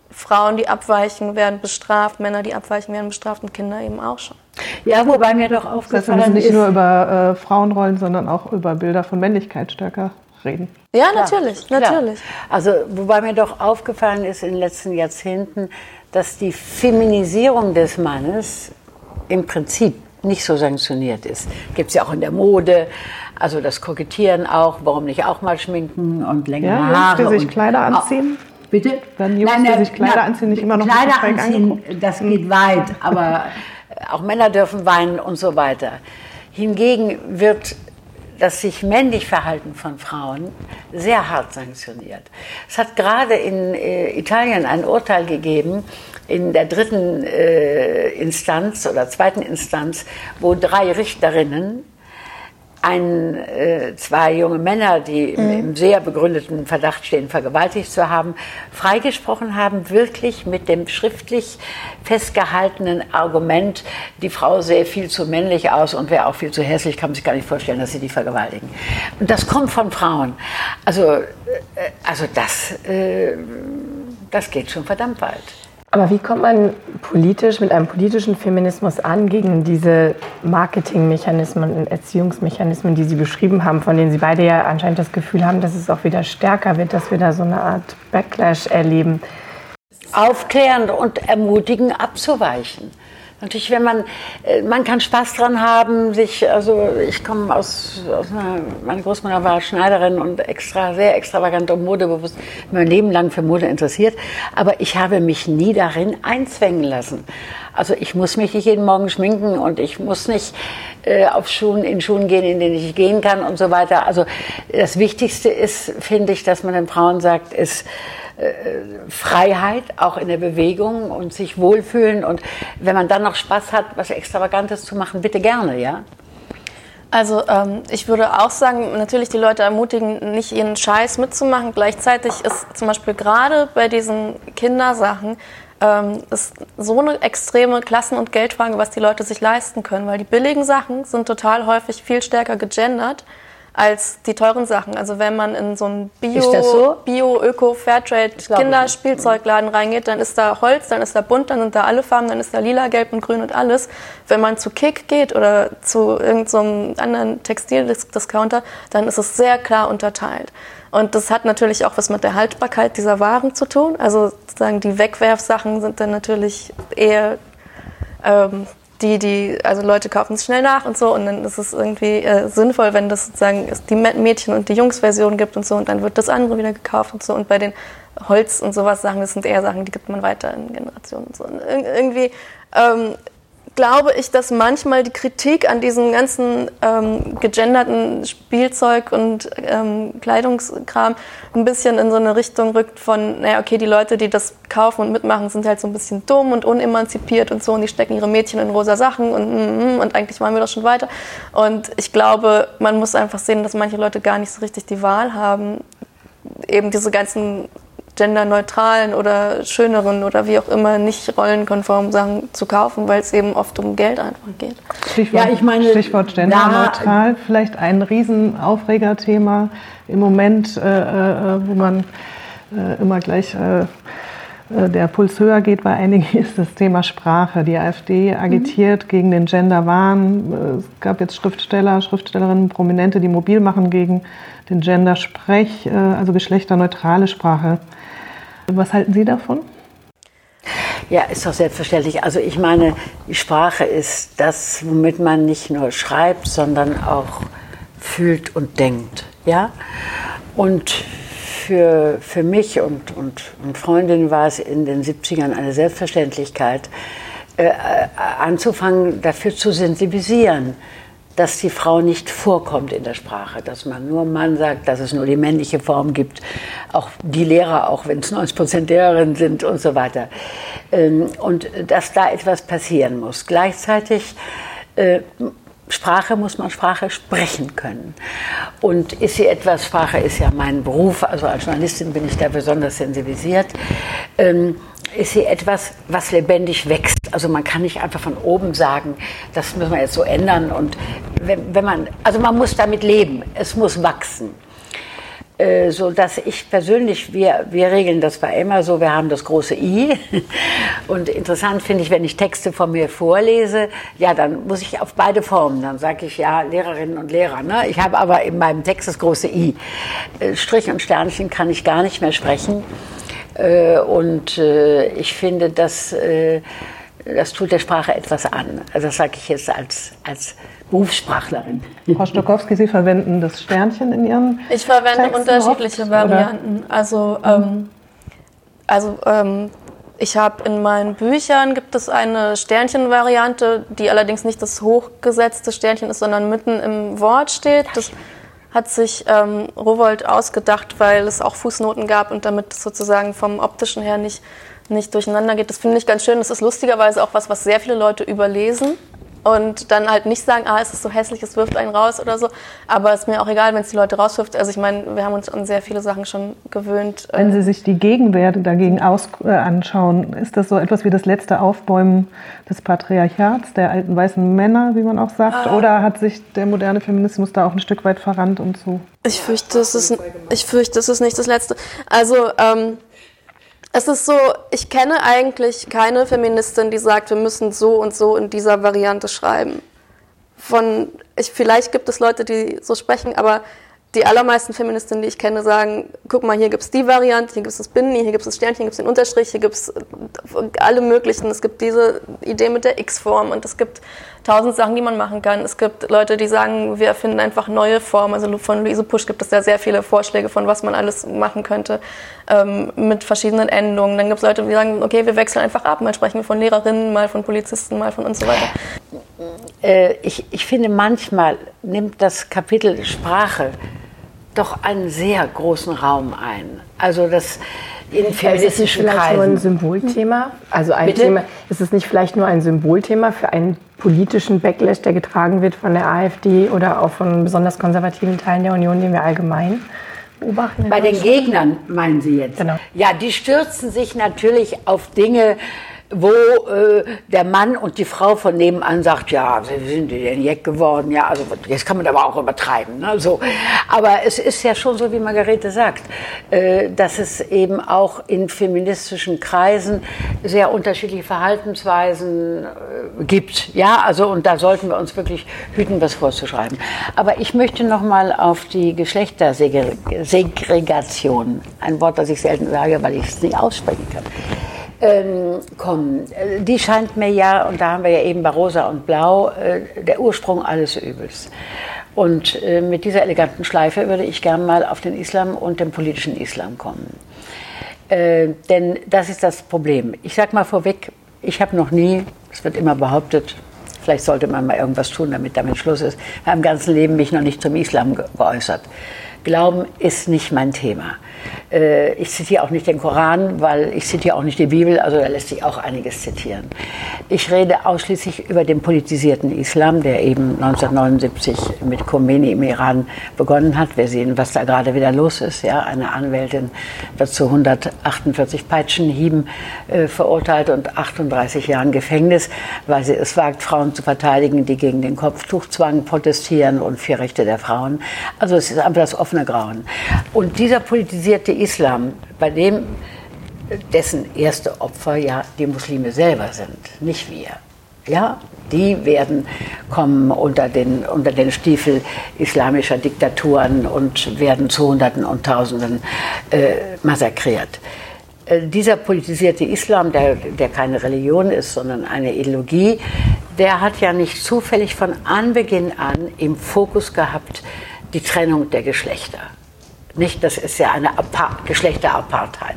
Frauen, die abweichen, werden bestraft, Männer, die abweichen, werden bestraft und Kinder eben auch schon. Ja, wobei mir doch aufgefallen ist... Das heißt, wir müssen nicht nur über äh, Frauenrollen, sondern auch über Bilder von Männlichkeit stärker reden. Ja, natürlich, klar, natürlich. Klar. Also, wobei mir doch aufgefallen ist in den letzten Jahrzehnten, dass die Feminisierung des Mannes im Prinzip nicht so sanktioniert ist. Gibt es ja auch in der Mode, also das Kokettieren auch, warum nicht auch mal schminken und längere ja, Haare. Jungs, die sich und, Kleider anziehen. Oh, bitte? Dann Jungs, nein, nein, die sich Kleider nein, anziehen, nicht immer noch Kleider anziehen, anziehen, das geht weit, aber auch Männer dürfen weinen und so weiter. Hingegen wird das sich männlich Verhalten von Frauen sehr hart sanktioniert. Es hat gerade in äh, Italien ein Urteil gegeben, in der dritten äh, Instanz oder zweiten Instanz, wo drei Richterinnen ein, äh, zwei junge Männer, die im, im sehr begründeten Verdacht stehen, vergewaltigt zu haben, freigesprochen haben, wirklich mit dem schriftlich festgehaltenen Argument, die Frau sähe viel zu männlich aus und wäre auch viel zu hässlich, kann man sich gar nicht vorstellen, dass sie die vergewaltigen. Und das kommt von Frauen. Also, äh, also das, äh, das geht schon verdammt weit. Aber wie kommt man politisch mit einem politischen Feminismus an gegen diese Marketingmechanismen und Erziehungsmechanismen, die Sie beschrieben haben, von denen Sie beide ja anscheinend das Gefühl haben, dass es auch wieder stärker wird, dass wir da so eine Art Backlash erleben? Aufklärend und ermutigen, abzuweichen. Natürlich, wenn man, man kann Spaß dran haben, sich, also ich komme aus, aus einer, meine Großmutter war Schneiderin und extra, sehr extravagant und modebewusst, mein Leben lang für Mode interessiert, aber ich habe mich nie darin einzwängen lassen. Also ich muss mich nicht jeden Morgen schminken und ich muss nicht äh, auf Schuhen, in Schuhen gehen, in denen ich gehen kann und so weiter. Also das Wichtigste ist, finde ich, dass man den Frauen sagt, ist, Freiheit, auch in der Bewegung und sich wohlfühlen. Und wenn man dann noch Spaß hat, was Extravagantes zu machen, bitte gerne, ja? Also ähm, ich würde auch sagen, natürlich die Leute ermutigen, nicht ihren Scheiß mitzumachen. Gleichzeitig ist zum Beispiel gerade bei diesen Kindersachen ähm, ist so eine extreme Klassen- und Geldfrage, was die Leute sich leisten können. Weil die billigen Sachen sind total häufig viel stärker gegendert als die teuren Sachen. Also wenn man in so einen Bio, so? Bio Öko, Fairtrade Kinderspielzeugladen reingeht, dann ist da Holz, dann ist da bunt, dann sind da alle Farben, dann ist da lila, gelb und grün und alles. Wenn man zu Kick geht oder zu irgendeinem so anderen Textildiscounter, dann ist es sehr klar unterteilt. Und das hat natürlich auch was mit der Haltbarkeit dieser Waren zu tun. Also sozusagen die Wegwerfsachen sind dann natürlich eher ähm, Die, die, also Leute kaufen es schnell nach und so und dann ist es irgendwie äh, sinnvoll, wenn das sozusagen die Mädchen- und die Jungs-Version gibt und so und dann wird das andere wieder gekauft und so und bei den Holz- und sowas Sachen, das sind eher Sachen, die gibt man weiter in Generationen und so. Und irgendwie ähm, glaube ich, dass manchmal die Kritik an diesem ganzen ähm, gegenderten Spielzeug und ähm, Kleidungskram ein bisschen in so eine Richtung rückt von, naja, okay, die Leute, die das kaufen und mitmachen, sind halt so ein bisschen dumm und unemanzipiert und so und die stecken ihre Mädchen in rosa Sachen und, und eigentlich waren wir doch schon weiter. Und ich glaube, man muss einfach sehen, dass manche Leute gar nicht so richtig die Wahl haben, eben diese ganzen genderneutralen oder schöneren oder wie auch immer nicht rollenkonformen Sachen zu kaufen, weil es eben oft um Geld einfach geht. Stichwort, ja, ich meine, Stichwort genderneutral, vielleicht ein Riesenaufregerthema im Moment, äh, äh, wo man äh, immer gleich äh, der Puls höher geht bei einigen, ist das Thema Sprache. Die AfD agitiert mhm. gegen den Genderwahn. Es gab jetzt Schriftsteller, Schriftstellerinnen, Prominente, die mobil machen gegen den Gendersprech, also geschlechterneutrale Sprache. Was halten Sie davon? Ja, ist doch selbstverständlich. Also ich meine, die Sprache ist das, womit man nicht nur schreibt, sondern auch fühlt und denkt. Ja? Und für, für mich und, und, und Freundinnen war es in den siebzigern eine Selbstverständlichkeit, äh, anzufangen, dafür zu sensibilisieren, dass die Frau nicht vorkommt in der Sprache, dass man nur Mann sagt, dass es nur die männliche Form gibt, auch die Lehrer, auch wenn es neunzig Prozent Lehrerinnen sind und so weiter. Und dass da etwas passieren muss. Gleichzeitig, äh, Sprache muss man Sprache sprechen können. Und ist sie etwas, Sprache ist ja mein Beruf, also als Journalistin bin ich da besonders sensibilisiert, ähm, ist sie etwas, was lebendig wächst. Also man kann nicht einfach von oben sagen, das müssen wir jetzt so ändern. Und wenn, wenn man, also man muss damit leben, es muss wachsen. äh, so dass ich persönlich, wir, wir regeln das bei Emma so, wir haben das große I. Und interessant finde ich, wenn ich Texte von mir vorlese, ja, dann muss ich auf beide Formen. Dann sage ich, ja, Lehrerinnen und Lehrer. Ne? Ich habe aber in meinem Text das große I. Äh, Strich und Sternchen kann ich gar nicht mehr sprechen. Äh, und äh, ich finde, dass äh, das tut der Sprache etwas an. Also das sage ich jetzt als, als Berufssprachlerin. Frau Stokowski, Sie verwenden das Sternchen in Ihren Ich verwende Texten unterschiedliche oft, Varianten. Oder? Also, ähm, also ähm, ich habe in meinen Büchern gibt es eine Sternchen-Variante, die allerdings nicht das hochgesetzte Sternchen ist, sondern mitten im Wort steht. Das hat sich ähm, Rowohlt ausgedacht, weil es auch Fußnoten gab und damit es sozusagen vom optischen her nicht nicht durcheinander geht. Das finde ich ganz schön. Das ist lustigerweise auch was, was sehr viele Leute überlesen und dann halt nicht sagen, ah, es ist so hässlich, es wirft einen raus oder so. Aber es ist mir auch egal, wenn es die Leute rauswirft. Also ich meine, wir haben uns an sehr viele Sachen schon gewöhnt. Wenn Sie sich die Gegenwehr dagegen aus, äh, anschauen, ist das so etwas wie das letzte Aufbäumen des Patriarchats, der alten weißen Männer, wie man auch sagt? Ah. Oder hat sich der moderne Feminismus da auch ein Stück weit verrannt und so? Ich fürchte, es ist, ich fürchte, es ist nicht das Letzte. Also, ähm, es ist so, ich kenne eigentlich keine Feministin, die sagt, wir müssen so und so in dieser Variante schreiben. Von, ich, vielleicht gibt es Leute, die so sprechen, aber die allermeisten Feministinnen, die ich kenne, sagen, guck mal, hier gibt es die Variante, hier gibt es das Binnen, hier gibt es das Sternchen, hier gibt es den Unterstrich, hier gibt es alle möglichen. Es gibt diese Idee mit der X-Form und es gibt tausend Sachen, die man machen kann. Es gibt Leute, die sagen, wir erfinden einfach neue Formen. Also von Luise Pusch gibt es ja sehr viele Vorschläge von, was man alles machen könnte ähm, mit verschiedenen Endungen. Dann gibt es Leute, die sagen, okay, wir wechseln einfach ab. Mal sprechen wir von Lehrerinnen, mal von Polizisten, mal von und so weiter. Äh, ich, ich finde, manchmal nimmt das Kapitel Sprache doch einen sehr großen Raum ein. Also das in feministischen Ist es vielleicht Kreisen. nur ein Symbolthema? Also ein Bitte? Thema, ist es nicht vielleicht nur ein Symbolthema für einen politischen Backlash, der getragen wird von der AfD oder auch von besonders konservativen Teilen der Union, den wir allgemein beobachten? Bei den Gegnern meinen Sie jetzt? Genau. Ja, die stürzen sich natürlich auf Dinge, wo äh, der Mann und die Frau von nebenan sagt, ja, wie sind die denn Jeck geworden? Ja, also jetzt kann man aber auch übertreiben. Ne? So. Aber es ist ja schon so, wie Margarete sagt, äh, dass es eben auch in feministischen Kreisen sehr unterschiedliche Verhaltensweisen äh, gibt. Ja, also und da sollten wir uns wirklich hüten, was vorzuschreiben. Aber ich möchte noch mal auf die Geschlechtersegregation, ein Wort, das ich selten sage, weil ich es nicht aussprechen kann, Ähm, kommen. Die scheint mir ja, und da haben wir ja eben bei Rosa und Blau, äh, der Ursprung alles Übels. Und äh, mit dieser eleganten Schleife würde ich gern mal auf den Islam und den politischen Islam kommen. Äh, denn das ist das Problem. Ich sag mal vorweg, ich habe noch nie, es wird immer behauptet, vielleicht sollte man mal irgendwas tun, damit damit Schluss ist, ich habe im ganzen Leben mich noch nicht zum Islam ge- geäußert. Glauben ist nicht mein Thema. Ich zitiere auch nicht den Koran, weil ich zitiere auch nicht die Bibel, also da lässt sich auch einiges zitieren. Ich rede ausschließlich über den politisierten Islam, der eben neunzehnhundertneunundsiebzig mit Khomeini im Iran begonnen hat. Wir sehen, was da gerade wieder los ist. Ja, eine Anwältin wird zu hundertachtundvierzig Peitschenhieben äh, verurteilt und achtunddreißig Jahren Gefängnis, weil sie es wagt, Frauen zu verteidigen, die gegen den Kopftuchzwang protestieren und für Rechte der Frauen. Also es ist einfach das offene Grauen. Und dieser politisierte Islam, bei dem dessen erste Opfer ja die Muslime selber sind, nicht wir. Ja, die werden kommen unter den, unter den Stiefel islamischer Diktaturen und werden zu Hunderten und Tausenden äh, massakriert. Äh, dieser politisierte Islam, der, der keine Religion ist, sondern eine Ideologie, der hat ja nicht zufällig von Anbeginn an im Fokus gehabt die Trennung der Geschlechter. Nicht, das ist ja eine Apart- Geschlechterapartheit.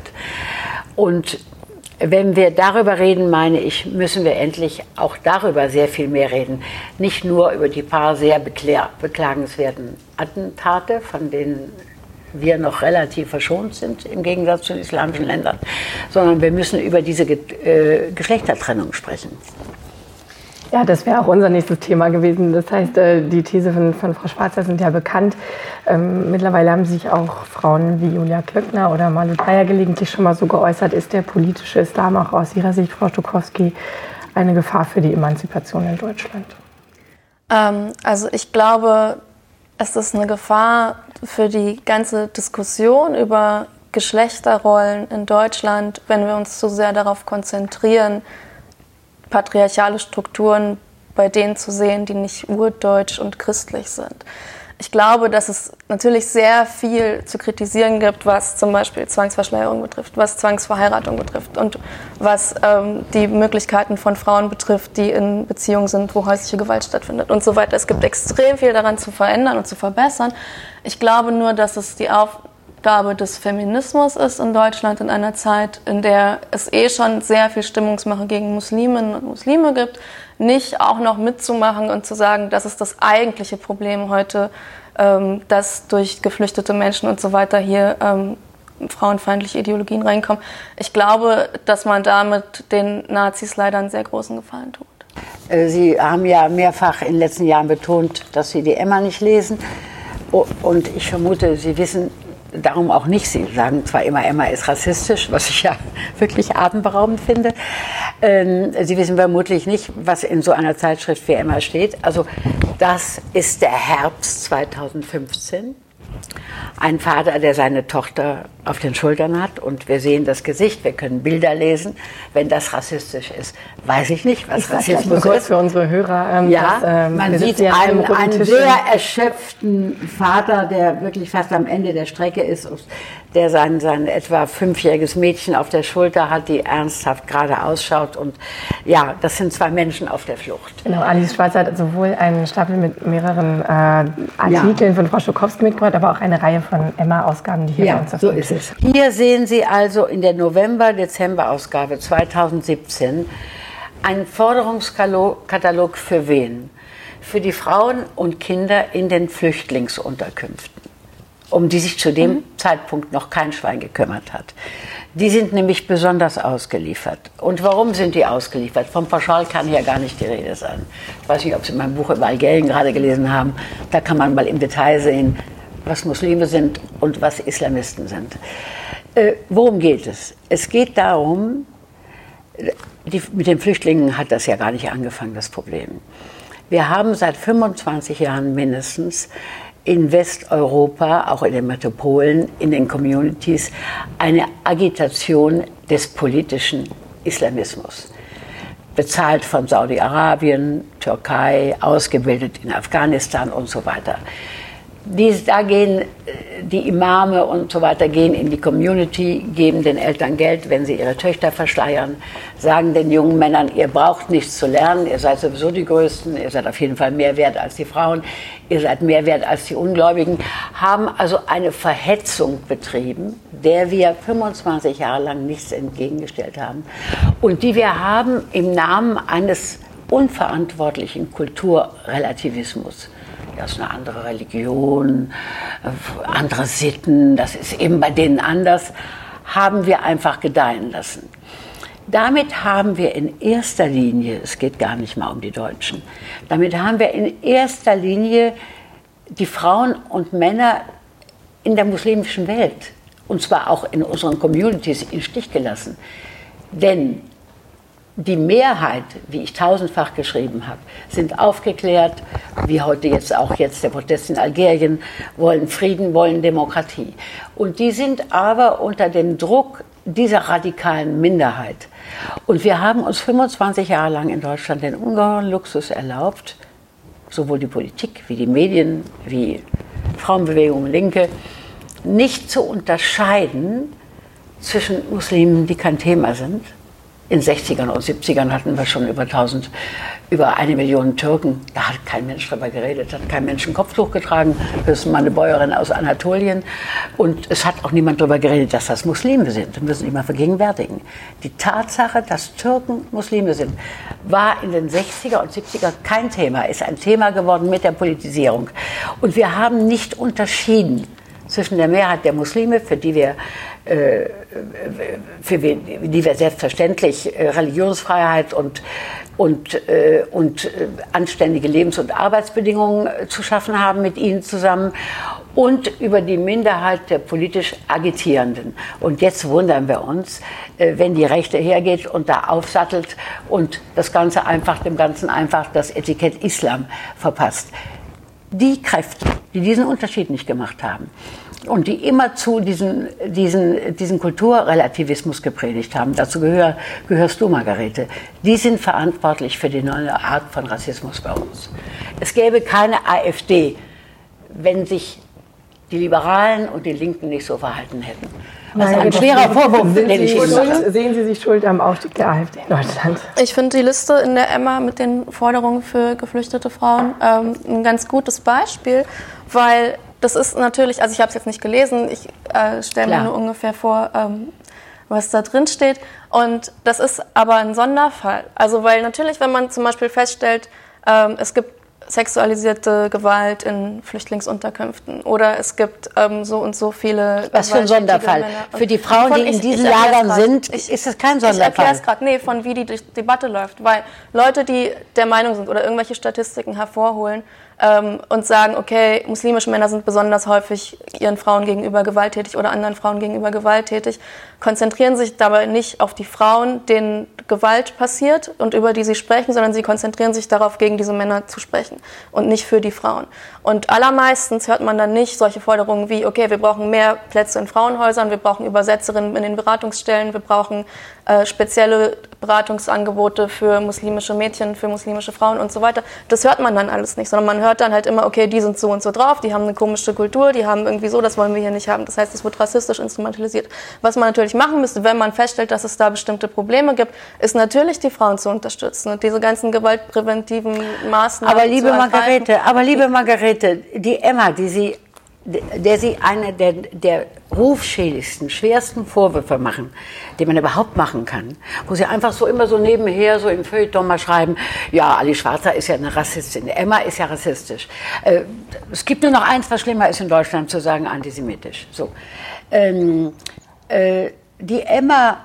Und wenn wir darüber reden, meine ich, müssen wir endlich auch darüber sehr viel mehr reden. Nicht nur über die paar sehr beklär- beklagenswerten Attentate, von denen wir noch relativ verschont sind im Gegensatz zu den islamischen Ländern, sondern wir müssen über diese Ge- äh, Geschlechtertrennung sprechen. Ja, das wäre auch unser nächstes Thema gewesen. Das heißt, die These von, von Frau Schwarzer sind ja bekannt. Ähm, mittlerweile haben sich auch Frauen wie Julia Klöckner oder Malu Dreyer gelegentlich schon mal so geäußert. Ist der politische Islam auch aus Ihrer Sicht, Frau Stokowski, eine Gefahr für die Emanzipation in Deutschland? Ähm, also ich glaube, Es ist eine Gefahr für die ganze Diskussion über Geschlechterrollen in Deutschland, wenn wir uns zu sehr darauf konzentrieren, patriarchale Strukturen bei denen zu sehen, die nicht urdeutsch und christlich sind. Ich glaube, dass es natürlich sehr viel zu kritisieren gibt, was zum Beispiel Zwangsverschleierung betrifft, was Zwangsverheiratung betrifft und was ähm, die Möglichkeiten von Frauen betrifft, die in Beziehungen sind, wo häusliche Gewalt stattfindet und so weiter. Es gibt extrem viel daran zu verändern und zu verbessern. Ich glaube nur, dass es die Aufgabe des Feminismus ist in Deutschland in einer Zeit, in der es eh schon sehr viel Stimmungsmache gegen Musliminnen und Muslime gibt, nicht auch noch mitzumachen und zu sagen, das ist das eigentliche Problem heute, ähm, dass durch geflüchtete Menschen und so weiter hier ähm, frauenfeindliche Ideologien reinkommen. Ich glaube, dass man damit den Nazis leider einen sehr großen Gefallen tut. Sie haben ja mehrfach in den letzten Jahren betont, dass Sie die Emma nicht lesen. Und ich vermute, Sie wissen darum auch nicht. Sie sagen zwar immer, Emma ist rassistisch, was ich ja wirklich atemberaubend finde. Sie wissen vermutlich nicht, was in so einer Zeitschrift wie Emma steht. Also das ist der Herbst zweitausendfünfzehn. Ein Vater, der seine Tochter auf den Schultern hat und wir sehen das Gesicht, wir können Bilder lesen. Wenn das rassistisch ist, weiß ich nicht, was ich Rassismus ist. Für unsere Hörer. Ähm, ja, dass, ähm, man sieht einen, einen sehr erschöpften Vater, der wirklich fast am Ende der Strecke ist, der sein, sein etwa fünfjähriges Mädchen auf der Schulter hat, die ernsthaft gerade ausschaut. Und ja, das sind zwei Menschen auf der Flucht. Genau, Alice Schwarzer hat sowohl einen Stapel mit mehreren äh, Artikeln ja. von Frau Stokowski mitgebracht, aber auch eine Reihe von Emma-Ausgaben, die hier ja, bei uns so ist es. Hier sehen Sie also in der November-Dezember-Ausgabe zweitausendsiebzehn einen Forderungskatalog für wen? Für die Frauen und Kinder in den Flüchtlingsunterkünften, um die sich zu dem mhm. Zeitpunkt noch kein Schwein gekümmert hat. Die sind nämlich besonders ausgeliefert. Und warum sind die ausgeliefert? Vom Pauschal kann hier gar nicht die Rede sein. Ich weiß nicht, ob Sie mein Buch über Algerien gerade gelesen haben. Da kann man mal im Detail sehen, was Muslime sind und was Islamisten sind. Äh, worum geht es? Es geht darum, die, mit den Flüchtlingen hat das ja gar nicht angefangen, das Problem. Wir haben seit fünfundzwanzig Jahren mindestens in Westeuropa, auch in den Metropolen, in den Communities, eine Agitation des politischen Islamismus. Bezahlt von Saudi-Arabien, Türkei, ausgebildet in Afghanistan und so weiter. Dies, da gehen die Imame und so weiter gehen in die Community, geben den Eltern Geld, wenn sie ihre Töchter verschleiern, sagen den jungen Männern, ihr braucht nichts zu lernen, ihr seid sowieso die Größten, ihr seid auf jeden Fall mehr wert als die Frauen, ihr seid mehr wert als die Ungläubigen, haben also eine Verhetzung betrieben, der wir fünfundzwanzig Jahre lang nichts entgegengestellt haben und die wir haben im Namen eines unverantwortlichen Kulturrelativismus. Das ist eine andere Religion, andere Sitten, das ist eben bei denen anders, haben wir einfach gedeihen lassen. Damit haben wir in erster Linie, es geht gar nicht mal um die Deutschen, damit haben wir in erster Linie die Frauen und Männer in der muslimischen Welt, und zwar auch in unseren Communities, in Stich gelassen. Denn die Mehrheit, wie ich tausendfach geschrieben habe, sind aufgeklärt, wie heute jetzt auch jetzt der Protest in Algerien, wollen Frieden, wollen Demokratie. Und die sind aber unter dem Druck dieser radikalen Minderheit. Und wir haben uns fünfundzwanzig Jahre lang in Deutschland den ungeheuren Luxus erlaubt, sowohl die Politik wie die Medien, wie Frauenbewegung, Linke, nicht zu unterscheiden zwischen Muslimen, die kein Thema sind. In den sechzigern und siebzigern hatten wir schon über tausend, über eine Million Türken. Da hat kein Mensch drüber geredet, hat kein Mensch ein Kopftuch getragen. Das ist mal eine Bäuerin aus Anatolien. Und es hat auch niemand darüber geredet, dass das Muslime sind. Das müssen Sie mal vergegenwärtigen. Die Tatsache, dass Türken Muslime sind, war in den sechziger und siebziger kein Thema, ist ein Thema geworden mit der Politisierung. Und wir haben nicht unterschieden zwischen der Mehrheit der Muslime, für die wir, äh, für die wir selbstverständlich äh, Religionsfreiheit und, und, äh, und äh, anständige Lebens- und Arbeitsbedingungen äh, zu schaffen haben mit ihnen zusammen, und über die Minderheit der politisch Agitierenden. Und jetzt wundern wir uns, äh, wenn die Rechte hergeht und da aufsattelt und das Ganze einfach, dem Ganzen einfach das Etikett Islam verpasst. die Kräfte, die diesen Unterschied nicht gemacht haben und die immerzu diesen, diesen, diesen Kulturrelativismus gepredigt haben, dazu gehör, gehörst du, Margarete, die sind verantwortlich für die neue Art von Rassismus bei uns. Es gäbe keine AfD, wenn sich die Liberalen und die Linken nicht so verhalten hätten. Das ist ein schwerer Vorwurf, den ich Ihnen mache. Sehen Sie sich schuld am Aufstieg der AfD in Deutschland? Ich finde die Liste in der Emma mit den Forderungen für geflüchtete Frauen ähm, ein ganz gutes Beispiel, weil das ist natürlich, also ich habe es jetzt nicht gelesen, ich äh, stelle mir nur ungefähr vor, ähm, was da drin steht. Und das ist aber ein Sonderfall. Also weil natürlich, wenn man zum Beispiel feststellt, ähm, es gibt sexualisierte Gewalt in Flüchtlingsunterkünften oder es gibt ähm, so und so viele. Was für ein Sonderfall? Für die Frauen, von, die in ich, diesen ich Lagern sind, ich, ist es kein Sonderfall? Ich erkläre es gerade, nee, von wie die Debatte läuft. Weil Leute, die der Meinung sind oder irgendwelche Statistiken hervorholen ähm, und sagen, okay, muslimische Männer sind besonders häufig ihren Frauen gegenüber gewalttätig oder anderen Frauen gegenüber gewalttätig, konzentrieren sich dabei nicht auf die Frauen, denen Gewalt passiert und über die sie sprechen, sondern sie konzentrieren sich darauf, gegen diese Männer zu sprechen und nicht für die Frauen. Und allermeistens hört man dann nicht solche Forderungen wie, okay, wir brauchen mehr Plätze in Frauenhäusern, wir brauchen Übersetzerinnen in den Beratungsstellen, wir brauchen äh, spezielle Beratungsangebote für muslimische Mädchen, für muslimische Frauen und so weiter. Das hört man dann alles nicht, sondern man hört dann halt immer, okay, die sind so und so drauf, die haben eine komische Kultur, die haben irgendwie so, das wollen wir hier nicht haben. Das heißt, es wird rassistisch instrumentalisiert. Was man natürlich machen müsste, wenn man feststellt, dass es da bestimmte Probleme gibt, ist natürlich die Frauen zu unterstützen und diese ganzen gewaltpräventiven Maßnahmen aber liebe zu Margarete, aber liebe Margarete, die Emma, die Sie, der Sie eine der, der rufschädigsten, schwersten Vorwürfe machen, die man überhaupt machen kann, wo Sie einfach so immer so nebenher so im Feuilleton mal schreiben, ja, Ali Schwarzer ist ja eine Rassistin, Emma ist ja rassistisch. Äh, es gibt nur noch eins, was schlimmer ist in Deutschland, zu sagen antisemitisch. So. Ähm, äh, die Emma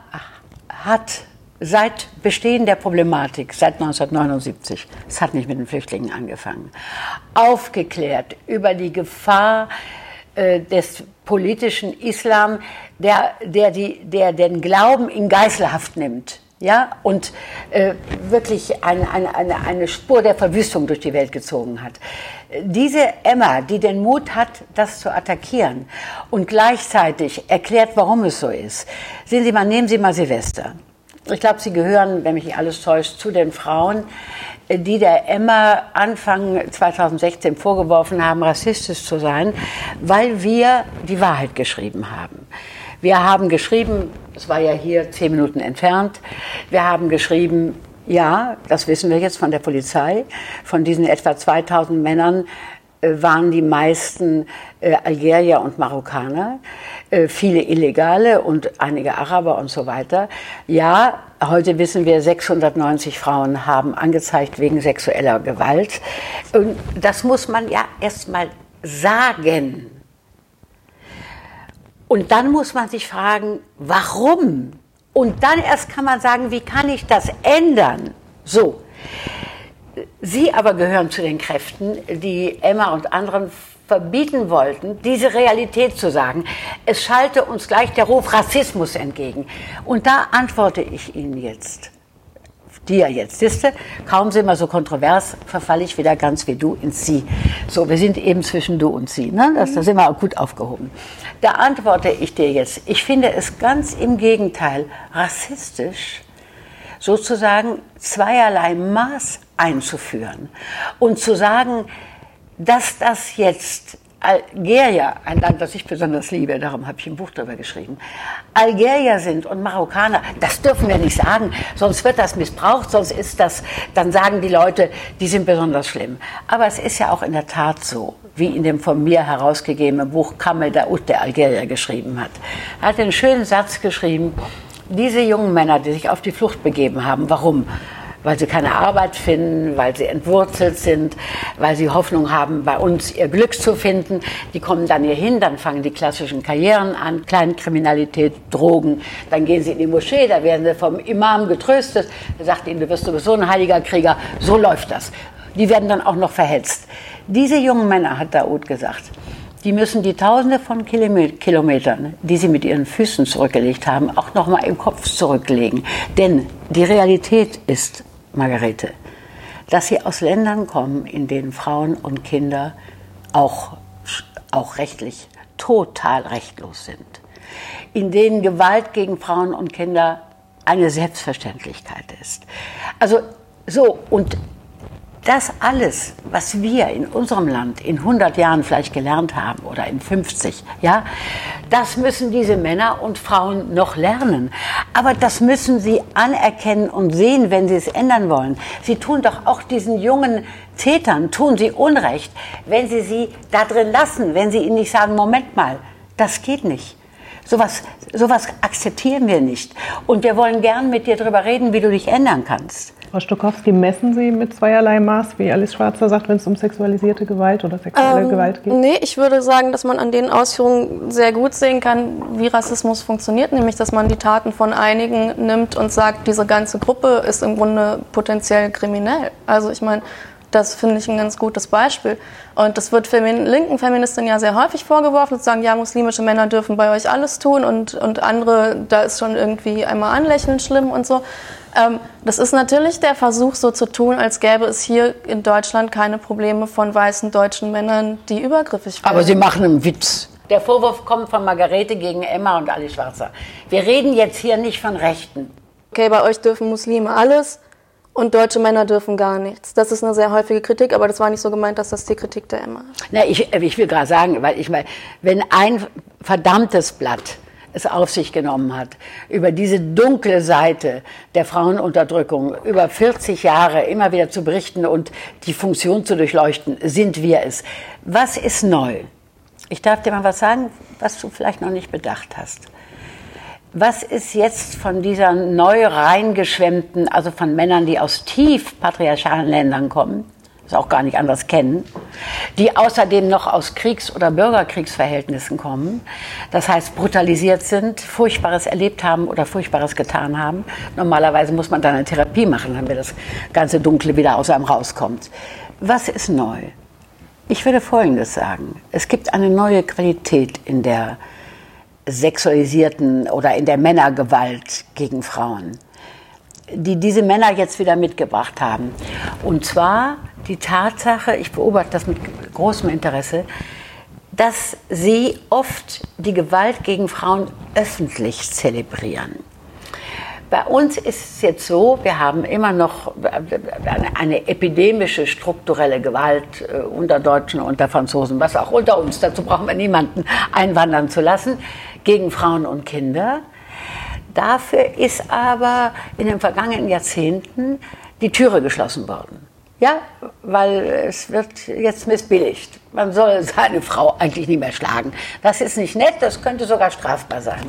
hat seit Bestehen der Problematik, seit neunzehnhundertneunundsiebzig, es hat nicht mit den Flüchtlingen angefangen, aufgeklärt über die Gefahr äh, des politischen Islam, der, der, die, der den Glauben in Geiselhaft nimmt, ja, und äh, wirklich eine, eine, eine, eine Spur der Verwüstung durch die Welt gezogen hat. Diese Emma, die den Mut hat, das zu attackieren und gleichzeitig erklärt, warum es so ist. Sehen Sie mal, nehmen Sie mal Silvester. Ich glaube, Sie gehören, wenn mich nicht alles täuscht, zu den Frauen, die der Emma Anfang zweitausendsechzehn vorgeworfen haben, rassistisch zu sein, weil wir die Wahrheit geschrieben haben. Wir haben geschrieben, es war ja hier zehn Minuten entfernt, wir haben geschrieben, ja, das wissen wir jetzt von der Polizei, von diesen etwa zweitausend Männern äh, waren die meisten äh, Algerier und Marokkaner, äh, viele Illegale und einige Araber und so weiter. Ja, heute wissen wir, sechshundertneunzig Frauen haben angezeigt wegen sexueller Gewalt. Und das muss man ja erst mal sagen. Und dann muss man sich fragen, warum? Und dann erst kann man sagen, wie kann ich das ändern? So. Sie aber gehören zu den Kräften, die Emma und anderen verbieten wollten, diese Realität zu sagen. Es schallte uns gleich der Ruf Rassismus entgegen. Und da antworte ich Ihnen jetzt. Dir jetzt, siehste, kaum sind wir so kontrovers, verfalle ich wieder ganz wie du ins Sie. So, wir sind eben zwischen du und Sie, ne? Das, da sind wir auch gut aufgehoben. Da antworte ich dir jetzt, ich finde es ganz im Gegenteil rassistisch, sozusagen zweierlei Maß einzuführen und zu sagen, dass das jetzt Algerier, ein Land, das ich besonders liebe, darum habe ich ein Buch darüber geschrieben, Algerier sind und Marokkaner, das dürfen wir nicht sagen, sonst wird das missbraucht, sonst ist das, dann sagen die Leute, die sind besonders schlimm. Aber es ist ja auch in der Tat so, wie in dem von mir herausgegebenen Buch Kamel Daoud, der Algerier geschrieben hat. Er hat einen schönen Satz geschrieben, diese jungen Männer, die sich auf die Flucht begeben haben, warum? Weil sie keine Arbeit finden, weil sie entwurzelt sind, weil sie Hoffnung haben, bei uns ihr Glück zu finden. Die kommen dann hier hin, dann fangen die klassischen Karrieren an, Kleinkriminalität, Drogen. Dann gehen sie in die Moschee, da werden sie vom Imam getröstet. Er sagt ihnen, du wirst sowieso ein heiliger Krieger. So läuft das. Die werden dann auch noch verhetzt. Diese jungen Männer, hat Daoud gesagt, die müssen die Tausende von Kilometern, die sie mit ihren Füßen zurückgelegt haben, auch noch mal im Kopf zurücklegen. Denn die Realität ist, Margarete, dass sie aus Ländern kommen, in denen Frauen und Kinder auch, auch rechtlich total rechtlos sind, in denen Gewalt gegen Frauen und Kinder eine Selbstverständlichkeit ist. Also so, und das alles, was wir in unserem Land in hundert Jahren vielleicht gelernt haben oder in fünfzig, ja, das müssen diese Männer und Frauen noch lernen. Aber das müssen sie anerkennen und sehen, wenn sie es ändern wollen. Sie tun doch auch diesen jungen Tätern, tun sie Unrecht, wenn sie sie da drin lassen, wenn sie ihnen nicht sagen, Moment mal, das geht nicht. Sowas, sowas akzeptieren wir nicht. Und wir wollen gern mit dir darüber reden, wie du dich ändern kannst. Frau Stokowski, messen Sie mit zweierlei Maß, wie Alice Schwarzer sagt, wenn es um sexualisierte Gewalt oder sexuelle ähm, Gewalt geht? Nee, ich würde sagen, dass man an den Ausführungen sehr gut sehen kann, wie Rassismus funktioniert, nämlich dass man die Taten von einigen nimmt und sagt, diese ganze Gruppe ist im Grunde potenziell kriminell. Also ich meine, das finde ich ein ganz gutes Beispiel. Und das wird Femin- linken Feministinnen ja sehr häufig vorgeworfen, zu sagen, ja, muslimische Männer dürfen bei euch alles tun und, und andere, da ist schon irgendwie einmal anlächeln schlimm und so. Ähm, das ist natürlich der Versuch, so zu tun, als gäbe es hier in Deutschland keine Probleme von weißen deutschen Männern, die übergriffig werden. Aber Sie machen einen Witz. Der Vorwurf kommt von Margarete gegen Emma und Alice Schwarzer. Wir reden jetzt hier nicht von Rechten. Okay, bei euch dürfen Muslime alles und deutsche Männer dürfen gar nichts. Das ist eine sehr häufige Kritik, aber das war nicht so gemeint, dass das die Kritik der Emma ist. Na, ich, ich will gerade sagen, weil ich meine, wenn ein verdammtes Blatt es auf sich genommen hat, über diese dunkle Seite der Frauenunterdrückung über vierzig Jahre immer wieder zu berichten und die Funktion zu durchleuchten, sind wir es. Was ist neu? Ich darf dir mal was sagen, was du vielleicht noch nicht bedacht hast. Was ist jetzt von dieser neu reingeschwemmten, also von Männern, die aus tief patriarchalen Ländern kommen, das auch gar nicht anders kennen, die außerdem noch aus Kriegs- oder Bürgerkriegsverhältnissen kommen, das heißt brutalisiert sind, Furchtbares erlebt haben oder Furchtbares getan haben. Normalerweise muss man dann eine Therapie machen, damit das ganze Dunkle wieder aus einem rauskommt. Was ist neu? Ich würde Folgendes sagen. Es gibt eine neue Qualität in der sexualisierten oder in der Männergewalt gegen Frauen, die diese Männer jetzt wieder mitgebracht haben. Und zwar die Tatsache, ich beobachte das mit großem Interesse, dass sie oft die Gewalt gegen Frauen öffentlich zelebrieren. Bei uns ist es jetzt so, wir haben immer noch eine, eine epidemische strukturelle Gewalt äh, unter Deutschen, unter Franzosen, was auch unter uns, dazu brauchen wir niemanden einwandern zu lassen, gegen Frauen und Kinder. Dafür ist aber in den vergangenen Jahrzehnten die Türe geschlossen worden. Ja, weil es wird jetzt missbilligt. Man soll seine Frau eigentlich nicht mehr schlagen. Das ist nicht nett, das könnte sogar strafbar sein.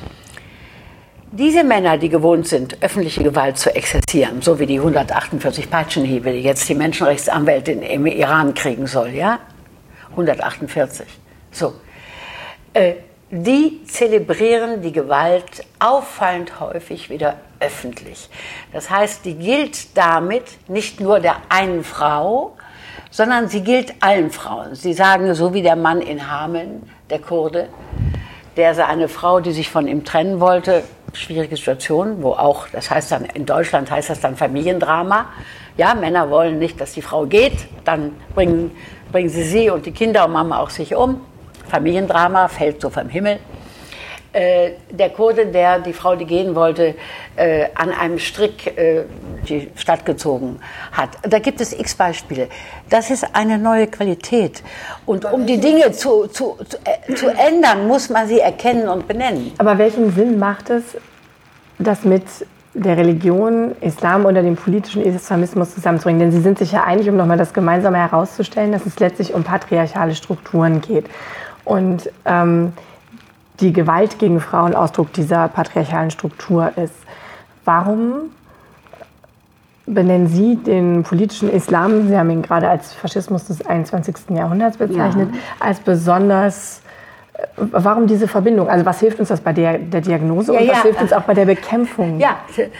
Diese Männer, die gewohnt sind, öffentliche Gewalt zu exerzieren, so wie die hundertachtundvierzig Peitschenhiebe, die jetzt die Menschenrechtsanwältin im Iran kriegen soll, ja? hundertachtundvierzig. So. Äh, die zelebrieren die Gewalt auffallend häufig wieder öffentlich. Das heißt, die gilt damit nicht nur der einen Frau, sondern sie gilt allen Frauen. Sie sagen, so wie der Mann in Hameln, der Kurde, der seine Frau, die sich von ihm trennen wollte, schwierige Situation, wo auch, das heißt dann, in Deutschland heißt das dann Familiendrama. Ja, Männer wollen nicht, dass die Frau geht, dann bringen, bringen sie sie und die Kinder und Mama auch sich um. Familiendrama fällt so vom Himmel. Äh, der Kurde, der die Frau, die gehen wollte, äh, an einem Strick äh, die Stadt gezogen hat. Da gibt es x Beispiele. Das ist eine neue Qualität. Und um die Dinge zu, zu, zu, äh, zu ändern, muss man sie erkennen und benennen. Aber welchen Sinn macht es, das mit der Religion, Islam oder dem politischen Islamismus zusammenzubringen? Denn Sie sind sich ja einig, um nochmal das Gemeinsame herauszustellen, dass es letztlich um patriarchale Strukturen geht. Und ähm, die Gewalt gegen Frauen Ausdruck dieser patriarchalen Struktur ist. Warum benennen Sie den politischen Islam, Sie haben ihn gerade als Faschismus des einundzwanzigsten Jahrhunderts bezeichnet, ja, als besonders, warum diese Verbindung? Also was hilft uns das bei der, der Diagnose und ja, was ja. hilft uns auch bei der Bekämpfung? Ja,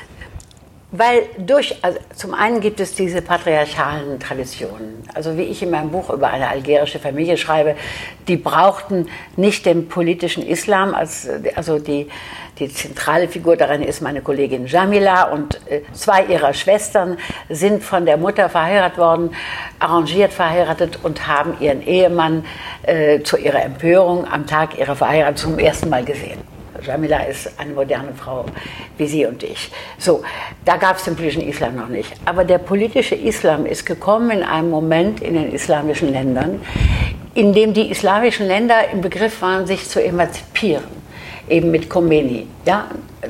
weil durch, also zum einen gibt es diese patriarchalen Traditionen. Also wie ich in meinem Buch über eine algerische Familie schreibe, die brauchten nicht den politischen Islam, als, also die, Die zentrale Figur darin ist meine Kollegin Jamila und äh, zwei ihrer Schwestern sind von der Mutter verheiratet worden, arrangiert verheiratet und haben ihren Ehemann äh, zu ihrer Empörung am Tag ihrer Verheiratung zum ersten Mal gesehen. Jamila ist eine moderne Frau, wie Sie und ich. So, da gab es den politischen Islam noch nicht. Aber der politische Islam ist gekommen in einem Moment in den islamischen Ländern, in dem die islamischen Länder im Begriff waren, sich zu emanzipieren. Eben mit Khomeini. Ja,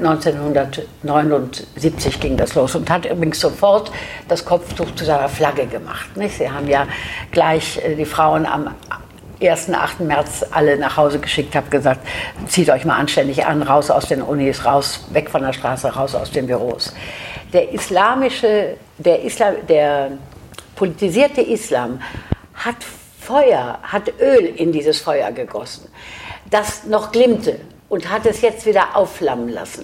neunzehnhundertneunundsiebzig ging das los und hat übrigens sofort das Kopftuch zu seiner Flagge gemacht. Nicht? Sie haben ja gleich die Frauen am ersten achten März alle nach Hause geschickt, habe gesagt, zieht euch mal anständig an, raus aus den Unis, raus, weg von der Straße, raus aus den Büros. Der islamische, der, Islam, der politisierte Islam hat Feuer, hat Öl in dieses Feuer gegossen, das noch glimmte und hat es jetzt wieder aufflammen lassen.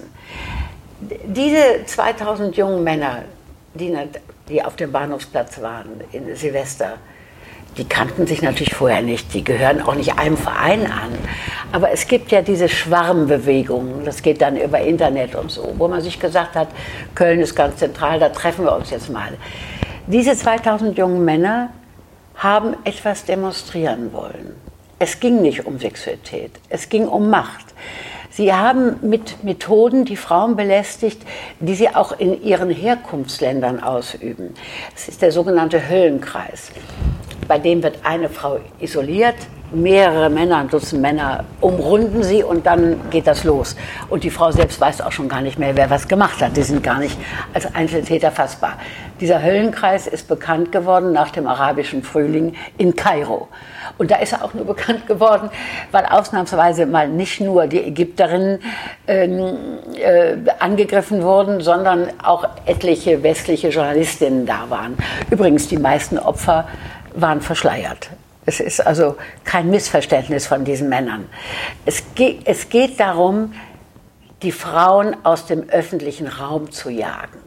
Diese zweitausend jungen Männer, die, die auf dem Bahnhofsplatz waren in Silvester, die kannten sich natürlich vorher nicht, die gehören auch nicht einem Verein an. Aber es gibt ja diese Schwarmbewegungen, das geht dann über Internet und so, wo man sich gesagt hat, Köln ist ganz zentral, da treffen wir uns jetzt mal. Diese zweitausend jungen Männer haben etwas demonstrieren wollen. Es ging nicht um Sexualität, es ging um Macht. Sie haben mit Methoden die Frauen belästigt, die sie auch in ihren Herkunftsländern ausüben. Das ist der sogenannte Höllenkreis. Bei dem wird eine Frau isoliert, mehrere Männer, ein Dutzend Männer umrunden sie und dann geht das los. Und die Frau selbst weiß auch schon gar nicht mehr, wer was gemacht hat. Die sind gar nicht als Einzeltäter fassbar. Dieser Höllenkreis ist bekannt geworden nach dem arabischen Frühling in Kairo. Und da ist er auch nur bekannt geworden, weil ausnahmsweise mal nicht nur die Ägypterinnen ähm, äh, angegriffen wurden, sondern auch etliche westliche Journalistinnen da waren. Übrigens, die meisten Opfer waren verschleiert. Es ist also kein Missverständnis von diesen Männern. Es geht, es geht darum, die Frauen aus dem öffentlichen Raum zu jagen.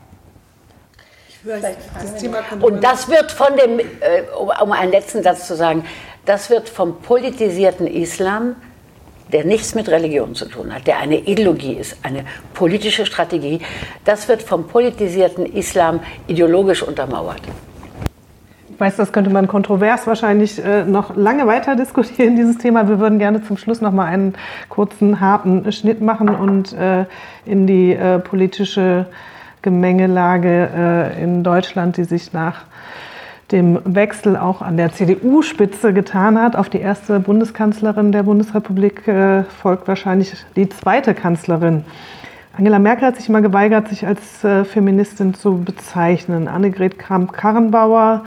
Und das wird von dem, um einen letzten Satz zu sagen, das wird vom politisierten Islam, der nichts mit Religion zu tun hat, der eine Ideologie ist, eine politische Strategie, das wird vom politisierten Islam ideologisch untermauert. Ich weiß, das könnte man kontrovers wahrscheinlich äh, noch lange weiter diskutieren, dieses Thema. Wir würden gerne zum Schluss noch mal einen kurzen, harten Schnitt machen und äh, in die äh, politische Gemengelage äh, in Deutschland, die sich nach dem Wechsel auch an der C D U-Spitze getan hat. Auf die erste Bundeskanzlerin der Bundesrepublik äh, folgt wahrscheinlich die zweite Kanzlerin. Angela Merkel hat sich immer geweigert, sich als äh, Feministin zu bezeichnen. Annegret Kramp-Karrenbauer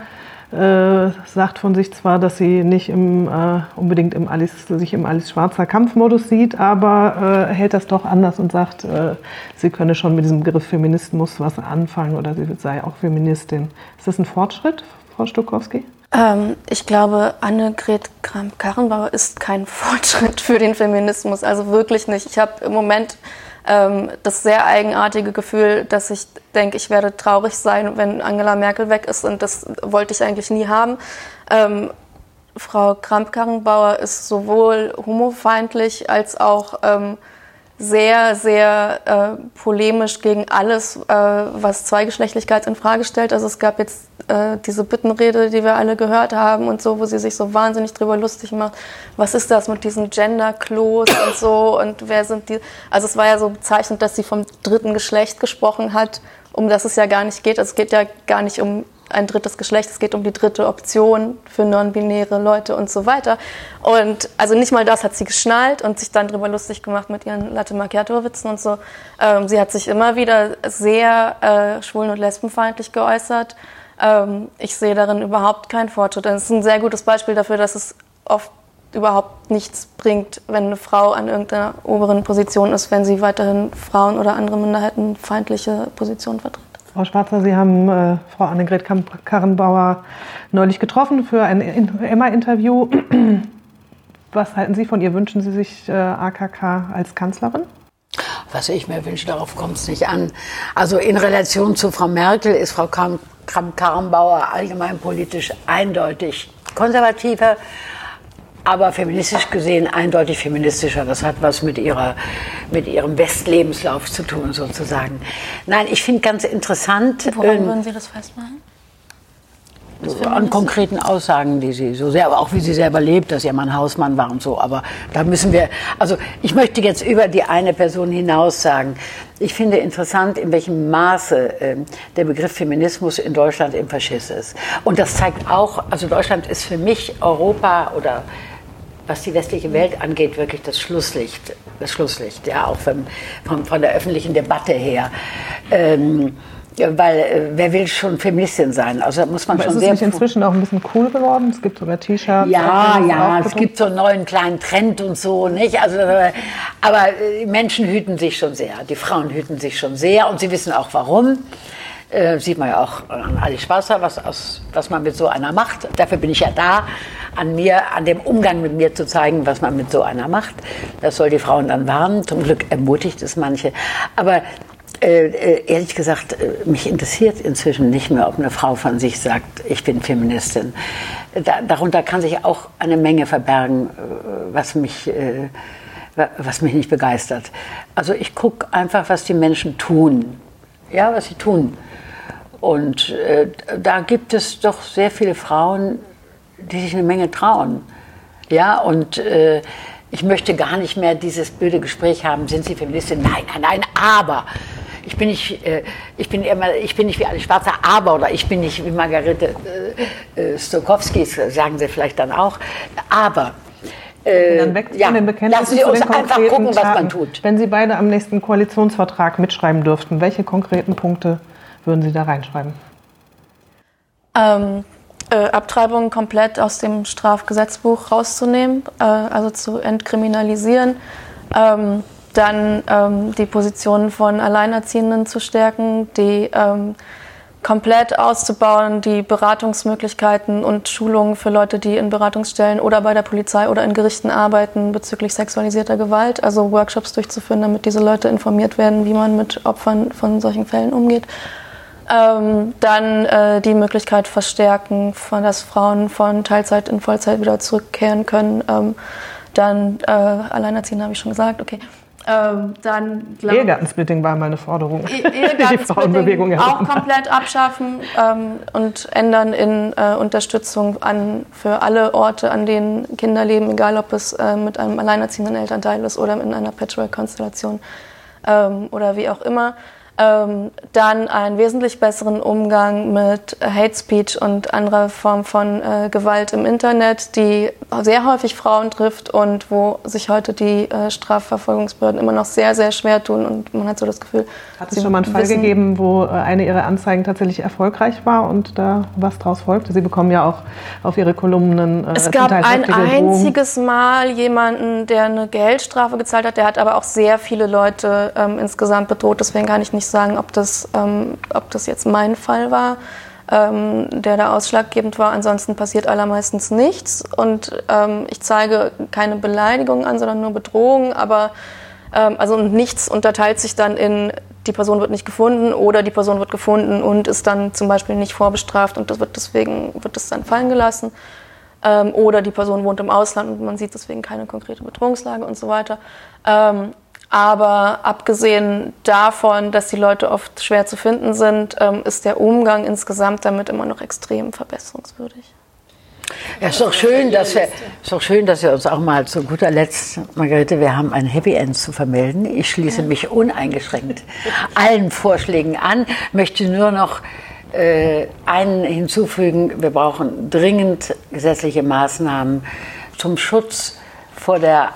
Äh, sagt von sich zwar, dass sie nicht im, äh, unbedingt im Alice, sich im Alice Schwarzer Kampfmodus sieht, aber äh, hält das doch anders und sagt, äh, sie könne schon mit diesem Begriff Feminismus was anfangen oder sie sei auch Feministin. Ist das ein Fortschritt, Frau Stokowski? Ähm, ich glaube, Annegret Kramp-Karrenbauer ist kein Fortschritt für den Feminismus, also wirklich nicht. Ich habe im Moment ähm, das sehr eigenartige Gefühl, dass ich denke, ich werde traurig sein, wenn Angela Merkel weg ist, und das wollte ich eigentlich nie haben. Ähm, Frau Kramp-Karrenbauer ist sowohl homofeindlich als auch ähm, sehr, sehr äh, polemisch gegen alles, äh, was Zweigeschlechtlichkeit in Frage stellt. Also es gab jetzt äh, diese Bittenrede, die wir alle gehört haben und so, wo sie sich so wahnsinnig drüber lustig macht. Was ist das mit diesen Gender-Klos und so, und wer sind die? Also es war ja so bezeichnend, dass sie vom dritten Geschlecht gesprochen hat, um das es ja gar nicht geht. Also es geht ja gar nicht um ein drittes Geschlecht, es geht um die dritte Option für non-binäre Leute und so weiter. Und also nicht mal das hat sie geschnallt und sich dann drüber lustig gemacht mit ihren Latte-Macchiato-Witzen und so. Ähm, sie hat sich immer wieder sehr äh, schwulen- und lesbenfeindlich geäußert. Ähm, ich sehe darin überhaupt keinen Fortschritt. Das ist ein sehr gutes Beispiel dafür, dass es oft überhaupt nichts bringt, wenn eine Frau an irgendeiner oberen Position ist, wenn sie weiterhin Frauen oder andere minderheitenfeindliche Positionen vertritt. Frau Schwarzer, Sie haben äh, Frau Annegret Kramp-Karrenbauer neulich getroffen für ein Emma-Interview. Was halten Sie von ihr? Wünschen Sie sich äh, A K K als Kanzlerin? Was ich mir wünsche, darauf kommt es nicht an. Also in Relation zu Frau Merkel ist Frau Kramp-Karrenbauer allgemein politisch eindeutig konservativer. aber feministisch gesehen eindeutig feministischer. Das hat was mit, ihrer, mit ihrem Westlebenslauf zu tun, sozusagen. Nein, ich finde ganz interessant... Woran ähm, würden Sie das festmachen? An konkreten Aussagen, die sie so sehr, aber auch wie sie selber lebt, dass ihr Mann Hausmann war und so. Aber da müssen wir, also ich möchte jetzt über die eine Person hinaus sagen, ich finde interessant, in welchem Maße äh, der Begriff Feminismus in Deutschland im Faschismus ist. Und das zeigt auch, also Deutschland ist für mich Europa oder was die westliche Welt angeht, wirklich das Schlusslicht, das Schlusslicht, ja, auch von, von, von der öffentlichen Debatte her. Ähm, Weil, äh, wer will schon Feministin sein? Also da muss man Aber schon ist es sehr nicht inzwischen auch ein bisschen cool geworden? Es gibt sogar T-Shirts. Ja, ja, es gibt so einen neuen kleinen Trend und so, nicht? Also, aber äh, Menschen hüten sich schon sehr. Die Frauen hüten sich schon sehr und sie wissen auch warum. Äh, sieht man ja auch an Alice Schwarzer, was, aus, was man mit so einer macht. Dafür bin ich ja da, an mir, an dem Umgang mit mir zu zeigen, was man mit so einer macht. Das soll die Frauen dann warnen. Zum Glück ermutigt es manche. Aber Äh, ehrlich gesagt, mich interessiert inzwischen nicht mehr, ob eine Frau von sich sagt, ich bin Feministin. Da, darunter kann sich auch eine Menge verbergen, was mich, äh, was mich nicht begeistert. Also ich gucke einfach, was die Menschen tun. Ja, was sie tun. Und äh, da gibt es doch sehr viele Frauen, die sich eine Menge trauen. Ja, und äh, ich möchte gar nicht mehr dieses blöde Gespräch haben, sind Sie Feministin? Nein, nein, nein, aber... Ich bin nicht, äh, ich bin immer, ich bin nicht wie Alice Schwarzer, aber, oder ich bin nicht wie Margarete äh, äh, Stokowski, sagen Sie vielleicht dann auch, aber. Äh, dann weg ja, von den Bekenntnissen lassen Sie uns einfach gucken, was man tut. Wenn Sie beide am nächsten Koalitionsvertrag mitschreiben dürften, welche konkreten Punkte würden Sie da reinschreiben? Ähm, äh, Abtreibung komplett aus dem Strafgesetzbuch rauszunehmen, äh, also zu entkriminalisieren. Ähm, Dann ähm, die Positionen von Alleinerziehenden zu stärken, die ähm, komplett auszubauen, die Beratungsmöglichkeiten und Schulungen für Leute, die in Beratungsstellen oder bei der Polizei oder in Gerichten arbeiten bezüglich sexualisierter Gewalt, also Workshops durchzuführen, damit diese Leute informiert werden, wie man mit Opfern von solchen Fällen umgeht. Ähm, dann äh, die Möglichkeit verstärken, von, dass Frauen von Teilzeit in Vollzeit wieder zurückkehren können. Ähm, dann äh, Alleinerziehende habe ich schon gesagt, okay. Ähm, dann Ehegattensplitting war mal eine Forderung. E- Ehegattensplitting auch komplett abschaffen ähm, und ändern in äh, Unterstützung an, für alle Orte, an denen Kinder leben, egal ob es äh, mit einem alleinerziehenden Elternteil ist oder in einer Patchwork-Konstellation ähm, oder wie auch immer. Ähm, dann einen wesentlich besseren Umgang mit Hate Speech und anderer Formen von äh, Gewalt im Internet, die sehr häufig Frauen trifft und wo sich heute die äh, Strafverfolgungsbehörden immer noch sehr, sehr schwer tun und man hat so das Gefühl... Hat es schon mal einen Fall gegeben, wo eine Ihrer Anzeigen tatsächlich erfolgreich war und da was draus folgte? Sie bekommen ja auch auf Ihre Kolumnen äh, Es gab ein einziges Mal jemanden, der eine Geldstrafe gezahlt hat, der hat aber auch sehr viele Leute ähm, insgesamt bedroht, deswegen kann ich nicht sagen, ob das, ähm, ob das jetzt mein Fall war, ähm, der da ausschlaggebend war. Ansonsten passiert allermeistens nichts und ähm, ich zeige keine Beleidigungen an, sondern nur Bedrohungen, aber ähm, also nichts unterteilt sich dann in, die Person wird nicht gefunden oder die Person wird gefunden und ist dann zum Beispiel nicht vorbestraft und das wird deswegen wird das dann fallen gelassen. Ähm, oder die Person wohnt im Ausland und man sieht deswegen keine konkrete Bedrohungslage und so weiter. Ähm, Aber abgesehen davon, dass die Leute oft schwer zu finden sind, ähm, ist der Umgang insgesamt damit immer noch extrem verbesserungswürdig. Ja, ist doch schön, dass wir, ist doch schön, dass wir uns auch mal zu guter Letzt, Margarete, wir haben ein Happy End zu vermelden. Ich schließe ja. mich uneingeschränkt allen Vorschlägen an, möchte nur noch äh, einen hinzufügen. Wir brauchen dringend gesetzliche Maßnahmen zum Schutz vor der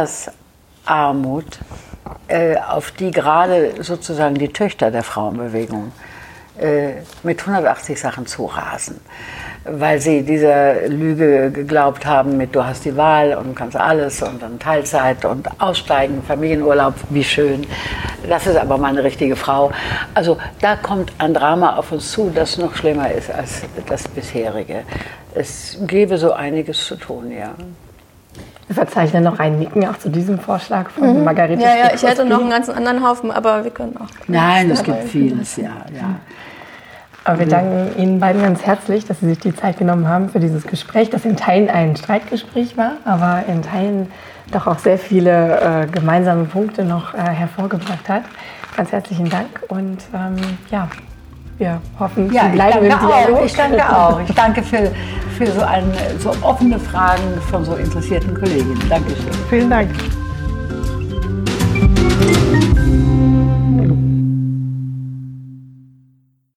Altersarmut, äh, auf die gerade sozusagen die Töchter der Frauenbewegung äh, mit hundertachtzig Sachen zurasen, weil sie dieser Lüge geglaubt haben mit du hast die Wahl und kannst alles und dann Teilzeit und Aussteigen, Familienurlaub, wie schön. Das ist aber mal eine richtige Frau. Also da kommt ein Drama auf uns zu, das noch schlimmer ist als das bisherige. Es gäbe so einiges zu tun, ja. Wir verzeichnen noch ein Nicken auch zu diesem Vorschlag von mhm. Margarete. Ja, ja, ich hätte noch einen ganzen anderen Haufen, aber wir können auch. Nein, es gibt vieles, ja, ja. Aber wir danken Ihnen beiden ganz herzlich, dass Sie sich die Zeit genommen haben für dieses Gespräch, das in Teilen ein Streitgespräch war, aber in Teilen doch auch sehr viele äh, gemeinsame Punkte noch äh, hervorgebracht hat. Ganz herzlichen Dank und ähm, ja, wir hoffen, ja, Sie bleiben im Dialog. Auch, ich danke auch. Ich danke für, für so, eine, so offene Fragen von so interessierten Kollegen. Dankeschön. Vielen Dank.